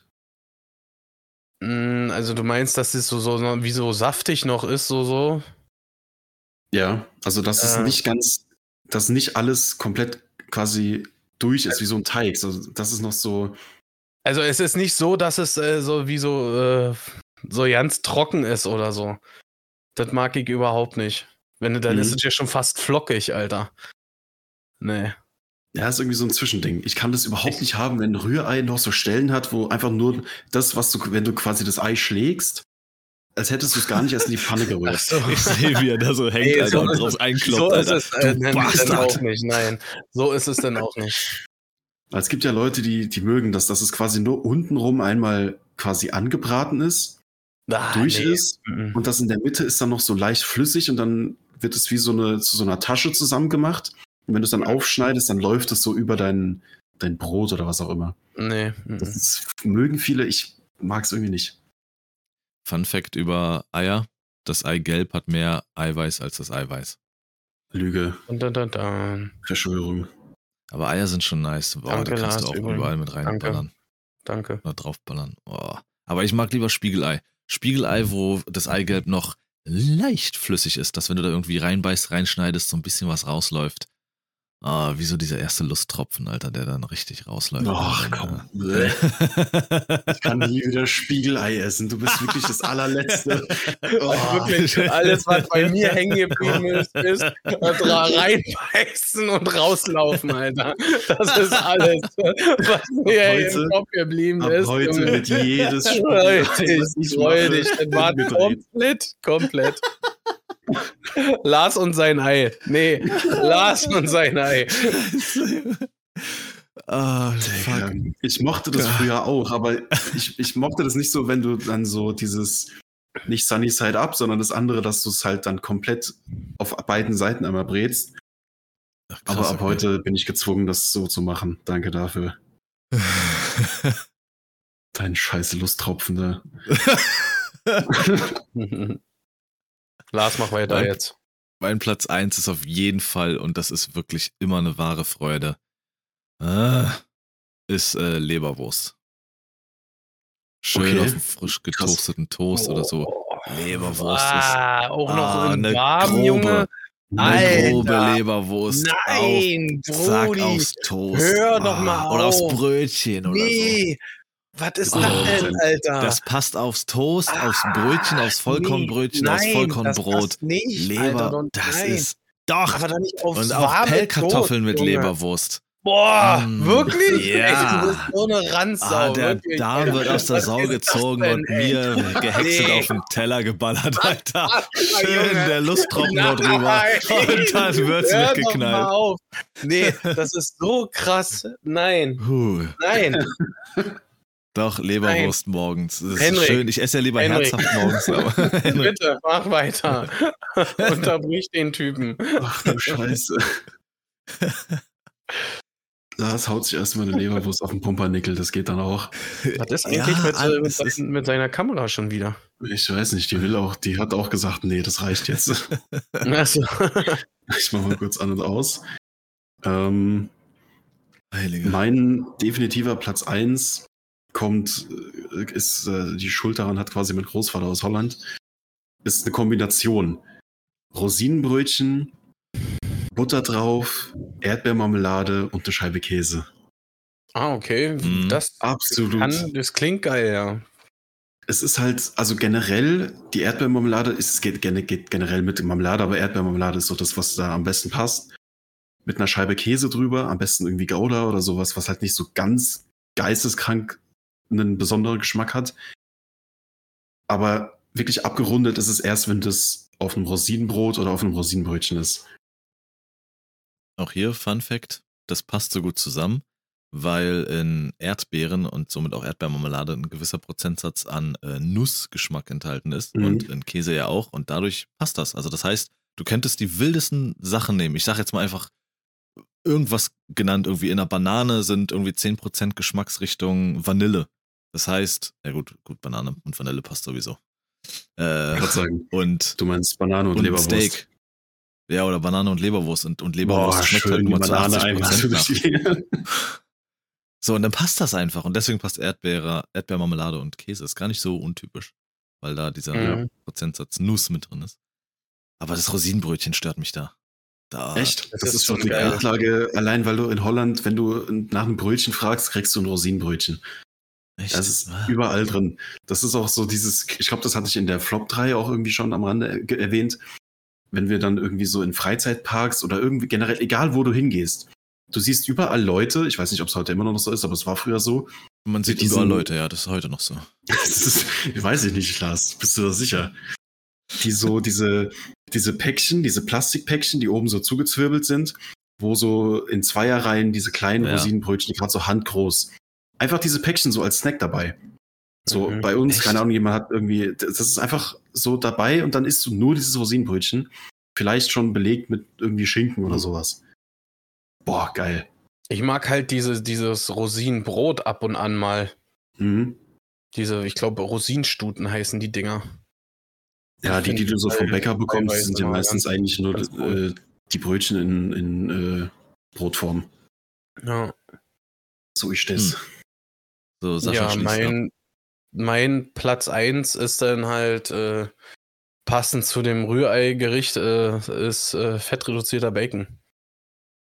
Mm, Also du meinst, dass es so, so so- wie so saftig noch ist, so so? Ja, also dass es Äh. nicht ganz, dass nicht alles komplett quasi durch ist, wie so ein Teig. So, das ist noch so. Also es ist nicht so, dass es äh, so wie so äh, so ganz trocken ist oder so. Das mag ich überhaupt nicht. Wenn du, dann Mhm. ist es ja schon fast flockig, Alter. Nee. Ja, ist irgendwie so ein Zwischending. Ich kann das überhaupt nicht haben, wenn ein Rührei noch so Stellen hat, wo einfach nur das, was du, wenn du quasi das Ei schlägst, als hättest du es gar nicht erst in die Pfanne gerührt. so. Ich sehe, wie er da so hängt, Nee, Alter, so und ist drauf es- einkloppt, So ist Alter. es äh, Du dann, dann Bastard. auch nicht, nein. So ist es dann auch nicht. Es gibt ja Leute, die, die mögen das, dass es quasi nur untenrum einmal quasi angebraten ist, Ah, durch nee. ist Mhm. und das in der Mitte ist dann noch so leicht flüssig und dann wird es wie so eine, zu so einer Tasche zusammengemacht. Und wenn du es dann aufschneidest, dann läuft es so über dein, dein Brot oder was auch immer. Nee. Das mhm. ist, mögen viele, ich mag es irgendwie nicht. Fun Fact über Eier: Das Eigelb hat mehr Eiweiß als das Eiweiß. Lüge, Und dann, dann, dann. Verschwörung. Aber Eier sind schon nice. Boah, Danke, die kannst du Lars, auch übrigens. überall mit reinballern. Danke. Oder draufballern. Oh. Aber ich mag lieber Spiegelei. Spiegelei, wo das Eigelb noch leicht flüssig ist, dass wenn du da irgendwie reinbeißt, reinschneidest, so ein bisschen was rausläuft. Ah, wie so dieser erste Lusttropfen, Alter, der dann richtig rausläuft. Ach komm. Ich kann nie wieder Spiegelei essen. Du bist wirklich das allerletzte. Oh, wirklich, alles, was bei mir hängen geblieben ist, ist reinbeißen und rauslaufen, Alter. Das ist alles, was mir heute, im Kopf geblieben ab ist. heute Junge. wird jedes Freu Spiegelei, was dich, ich freu mache, dich. Das war umgedreht. komplett, komplett. Lars und sein Ei. Nee, Lars und sein Ei. Ah, Digga, fuck. ich mochte das früher auch, aber ich, ich mochte das nicht so, wenn du dann so dieses, nicht Sunny Side Up, sondern das andere, dass du es halt dann komplett auf beiden Seiten einmal brätst. Ach, krass, Aber ab okay. heute bin ich gezwungen, das so zu machen. Danke dafür. Dein scheiße Lusttropfen da. Lars, mach weiter Mein- jetzt. Mein Platz eins ist auf jeden Fall, und das ist wirklich immer eine wahre Freude, ah, ist äh, Leberwurst. Schön Okay. auf dem frisch getoasteten Toast oder so. Oh. Leberwurst Ah, auch noch ah, in eine warm, grobe, Junge. eine Alter. grobe Leberwurst. Nein, auf, zack, Brudi. aufs Toast. Hör doch mal Oder aufs auf. Brötchen oder so. Nee. Was ist Oh, das denn, Alter? Das passt aufs Toast, aufs Ah, Brötchen, aufs Vollkornbrötchen, nee, aufs nein, Vollkornbrot. Das passt nicht, Leber, Alter, doch, das nein. ist doch. Aber dann nicht aufs Und auch warme Pellkartoffeln Toast, mit Junge. Leberwurst. Boah, Mm, wirklich? ja. Ey, du bist so eine Ranzsau. Ah, der wirklich, Darm Alter. wird aus der Was Sau ist das gezogen denn, und ey? mir gehäckselt Nee. auf den Teller geballert, Alter. Ah, Schön Junge. der Lusttropfen noch drüber. Nein. Und dann wird's Hör doch mal weggeknallt. auf. Nee, das ist so krass. Nein, Puh. nein. Doch, Leberwurst morgens. Das ist Henrik. schön. Ich esse ja lieber Henrik. herzhaft morgens. Aber Henrik. Bitte, mach weiter. Unterbrich den Typen. Ach du Scheiße. Lars haut sich erstmal eine Leberwurst auf den Pumpernickel, das geht dann auch. Was ist eigentlich Ja, mit, äh, mit, es ist- mit seiner Kamera schon wieder? Ich weiß nicht, die will auch, die hat auch gesagt, nee, das reicht jetzt. Achso. Ich mach mal kurz an und aus. Ähm, Heilige. mein definitiver Platz eins kommt, äh, ist, äh, die Schuld daran hat quasi mein Großvater aus Holland, ist eine Kombination. Rosinenbrötchen, Butter drauf, Erdbeermarmelade und eine Scheibe Käse. Ah, okay. Mhm. Das, Absolut. kann, das klingt geil, ja. Es ist halt, also generell, die Erdbeermarmelade ist, es geht, gen- geht generell mit Marmelade, aber Erdbeermarmelade ist so das, was da am besten passt. Mit einer Scheibe Käse drüber, am besten irgendwie Gouda oder sowas, was halt nicht so ganz geisteskrank einen besonderen Geschmack hat. Aber wirklich abgerundet ist es erst, wenn das auf einem Rosinenbrot oder auf einem Rosinenbrötchen ist. Auch hier Fun Fact, das passt so gut zusammen, weil in Erdbeeren und somit auch Erdbeermarmelade ein gewisser Prozentsatz an äh, Nussgeschmack enthalten ist Mhm. und in Käse ja auch, und dadurch passt das. Also das heißt, du könntest die wildesten Sachen nehmen. Ich sag jetzt mal einfach irgendwas genannt, irgendwie in einer Banane sind irgendwie zehn Prozent Geschmacksrichtung Vanille. Das heißt, ja gut, gut, Banane und Vanille passt sowieso. Äh, Ich würde sagen, und du meinst Banane und, und Leberwurst. Steak. Ja, oder Banane und Leberwurst. Und, und Leberwurst Boah, schmeckt schön, halt die immer zu Banane achtzig einfach Prozent durch nach. die So, und dann passt das einfach. Und deswegen passt Erdbeere, Erdbeermarmelade und Käse. Ist gar nicht so untypisch, weil da dieser Mhm. Prozentsatz Nuss mit drin ist. Aber das Rosinenbrötchen stört mich da. da Echt? Das Das, ist ist so schon eine geil. Grundlage, allein weil du in Holland, wenn du nach einem Brötchen fragst, kriegst du ein Rosinenbrötchen. Echt? Das ist Ah. überall drin. Das ist auch so dieses, ich glaube, das hatte ich in der Flop drei auch irgendwie schon am Rande er- erwähnt. Wenn wir dann irgendwie so in Freizeitparks oder irgendwie generell, egal wo du hingehst, du siehst überall Leute, ich weiß nicht, ob es heute immer noch so ist, aber es war früher so. Man sieht diesen- überall Leute, ja, das ist heute noch so. Das ist, ich weiß ich nicht, Lars, bist du da sicher? Die so, diese, diese Päckchen, diese Plastikpäckchen, die oben so zugezwirbelt sind, wo so in Zweierreihen diese kleinen Ja. Rosinenbrötchen, die gerade so handgroß. Einfach diese Päckchen so als Snack dabei. So, Mhm. bei uns, Echt? keine Ahnung, jemand hat irgendwie, das ist einfach so dabei und dann isst du nur dieses Rosinenbrötchen. Vielleicht schon belegt mit irgendwie Schinken oder sowas. Boah, geil. Ich mag halt diese, dieses Rosinenbrot ab und an mal. Mhm. Diese, ich glaube, Rosinenstuten heißen die Dinger. Ja, die, die du so vom Bäcker bekommst, teilweise sind ja mal meistens ganz- eigentlich nur ganz cool. äh, die Brötchen in, in äh, Brotform. Ja, So ist das. Hm. So, Sascha ja schließt ab. mein, mein Platz eins ist dann halt äh, passend zu dem Rührei-Gericht äh, ist äh, fettreduzierter Bacon.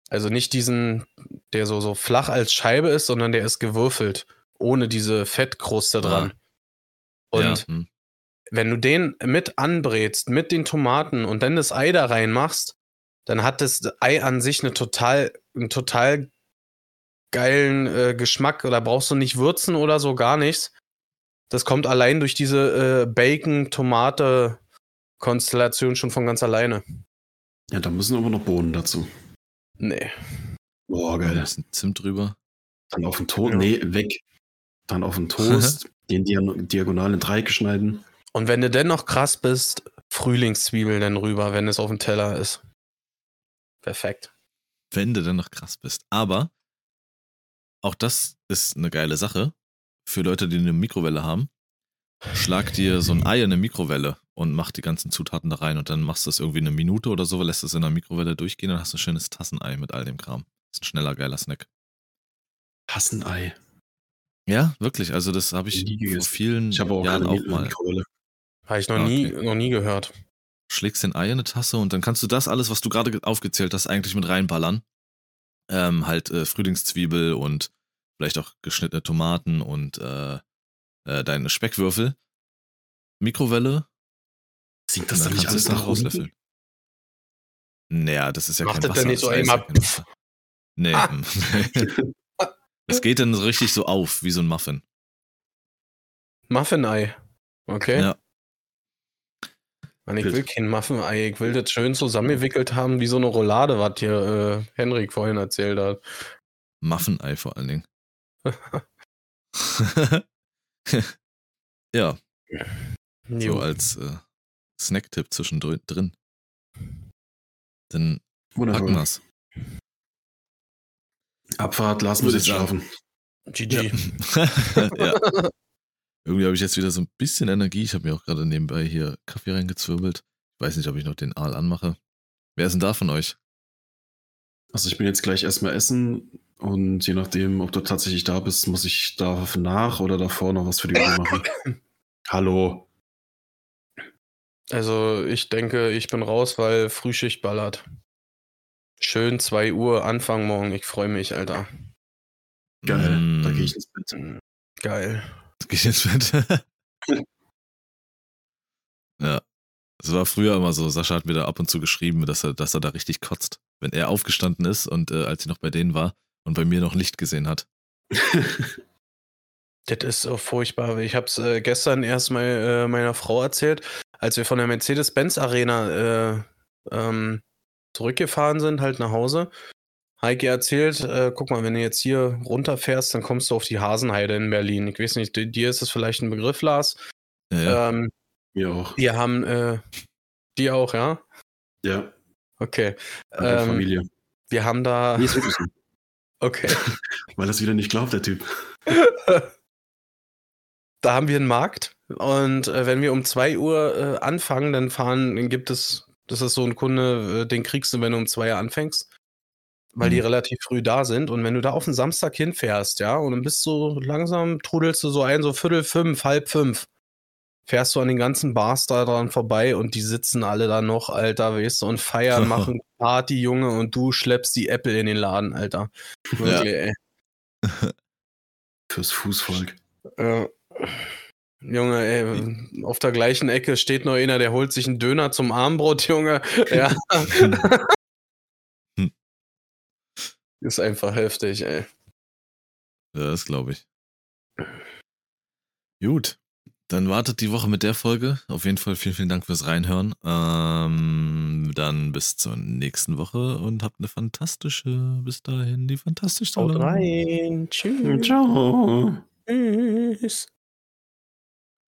Also nicht diesen, der so, so flach als Scheibe ist, sondern der ist gewürfelt, ohne diese Fettkruste dran. Und Ja, hm. wenn du den mit anbrätst, mit den Tomaten und dann das Ei da reinmachst, dann hat das Ei an sich eine total, einen total geilen äh, Geschmack. Da brauchst du nicht würzen oder so, gar nichts. Das kommt allein durch diese äh, Bacon-Tomate-Konstellation schon von ganz alleine. Ja, da müssen aber noch Bohnen dazu. Nee. Boah, Ein geil. bisschen Zimt drüber. Dann auf den Toast, Ja. nee, weg. Dann auf den Toast, den Diag- diagonal in Dreiecke schneiden. Und wenn du dennoch krass bist, Frühlingszwiebeln dann rüber, wenn es auf dem Teller ist. Perfekt. Wenn du dann noch krass bist. Aber auch das ist eine geile Sache für Leute, die eine Mikrowelle haben. Schlag dir so ein Ei in eine Mikrowelle und mach die ganzen Zutaten da rein und dann machst du es irgendwie eine Minute oder so, lässt es in der Mikrowelle durchgehen, dann hast du ein schönes Tassenei mit all dem Kram. Ist ein schneller, geiler Snack. Tassenei. Ja, wirklich. Also das habe ich Nie vor gegessen. vielen Ich habe auch Jahren keine auch mal. Mikrowelle. Habe ich noch, Ah, nie, okay. noch nie gehört. Schlägst den Ei in eine Tasse und dann kannst du das alles, was du gerade ge- aufgezählt hast, eigentlich mit reinballern. Ähm, halt äh, Frühlingszwiebel und vielleicht auch geschnittene Tomaten und äh, äh, deine Speckwürfel. Mikrowelle. Sinkt Und das dann dann nicht kannst du alles es nach nach unten? rauslöffeln. Naja, das ist ja Macht kein das Wasser. denn nicht so das Ei ist einmal? ja kein Wasser. Nee. Ah. mm. Es geht dann so richtig so auf, wie so ein Muffin. Muffin-Ei. Okay. Ja. Mann, ich Gut. will kein Muffin-Ei. Ich will das schön zusammengewickelt haben, wie so eine Roulade, was hier äh, Henrik vorhin erzählt hat. Muffin-Ei vor allen Dingen. Ja, so Jo. als äh, Snacktipp zwischendrin. Drin. Dann packen Wundervoll. wir's. Abfahrt, Lars Würde muss ich jetzt sagen. schlafen. G G. Ja. Irgendwie habe ich jetzt wieder so ein bisschen Energie. Ich habe mir auch gerade nebenbei hier Kaffee reingezwirbelt. Ich weiß nicht, ob ich noch den Aal anmache. Wer ist denn da von euch? Also ich bin jetzt gleich erstmal essen und je nachdem, ob du tatsächlich da bist, muss ich danach oder davor noch was für die Übung machen. Hallo. Also ich denke, ich bin raus, weil Frühschicht ballert. Schön zwei Uhr Anfang morgen. Ich freue mich, Alter. Geil. Mm, Da gehe ich ins Bett. Geil. Geh ich ins Bett? Ja. Es war früher immer so, Sascha hat mir da ab und zu geschrieben, dass er, dass er da richtig kotzt, wenn er aufgestanden ist und äh, als ich noch bei denen war und bei mir noch Licht gesehen hat. Das ist so furchtbar. Ich habe es äh, gestern erst mal äh, meiner Frau erzählt, als wir von der Mercedes-Benz-Arena äh, ähm, zurückgefahren sind, halt nach Hause. Heike erzählt, äh, guck mal, wenn du jetzt hier runterfährst, dann kommst du auf die Hasenheide in Berlin. Ich weiß nicht, di- dir ist das vielleicht ein Begriff, Lars. Ja, ja. Ähm, Mir auch. die haben, äh, die auch, ja? Ja, Okay. meine Ähm, Familie. wir haben da, Nee, ist wirklich so. okay. Weil das wieder nicht glaubt, der Typ. Da haben wir einen Markt und äh, wenn wir um zwei Uhr äh, anfangen, dann fahren, dann gibt es, das ist so ein Kunde, äh, den kriegst du, wenn du um zwei Uhr anfängst, weil die Mhm. relativ früh da sind. Und wenn du da auf den Samstag hinfährst, ja, und dann bist du langsam, trudelst du so ein, so Viertel fünf, halb fünf, fährst du an den ganzen Bars da dran vorbei und die sitzen alle da noch, Alter, weißt du, und feiern, machen Party, Junge, und du schleppst die Apple in den Laden, Alter. Wirklich, ey. Fürs Fußvolk. Ja. Junge, ey, auf der gleichen Ecke steht noch einer, der holt sich einen Döner zum Abendbrot, Junge. Ja. Ist einfach heftig, ey. Ja, das glaube ich. Gut, dann wartet die Woche mit der Folge. Auf jeden Fall vielen, vielen Dank fürs Reinhören. Ähm, dann bis zur nächsten Woche und habt eine fantastische, bis dahin die fantastischste Haut Woche. rein. Tschüss. Ciao. Tschüss.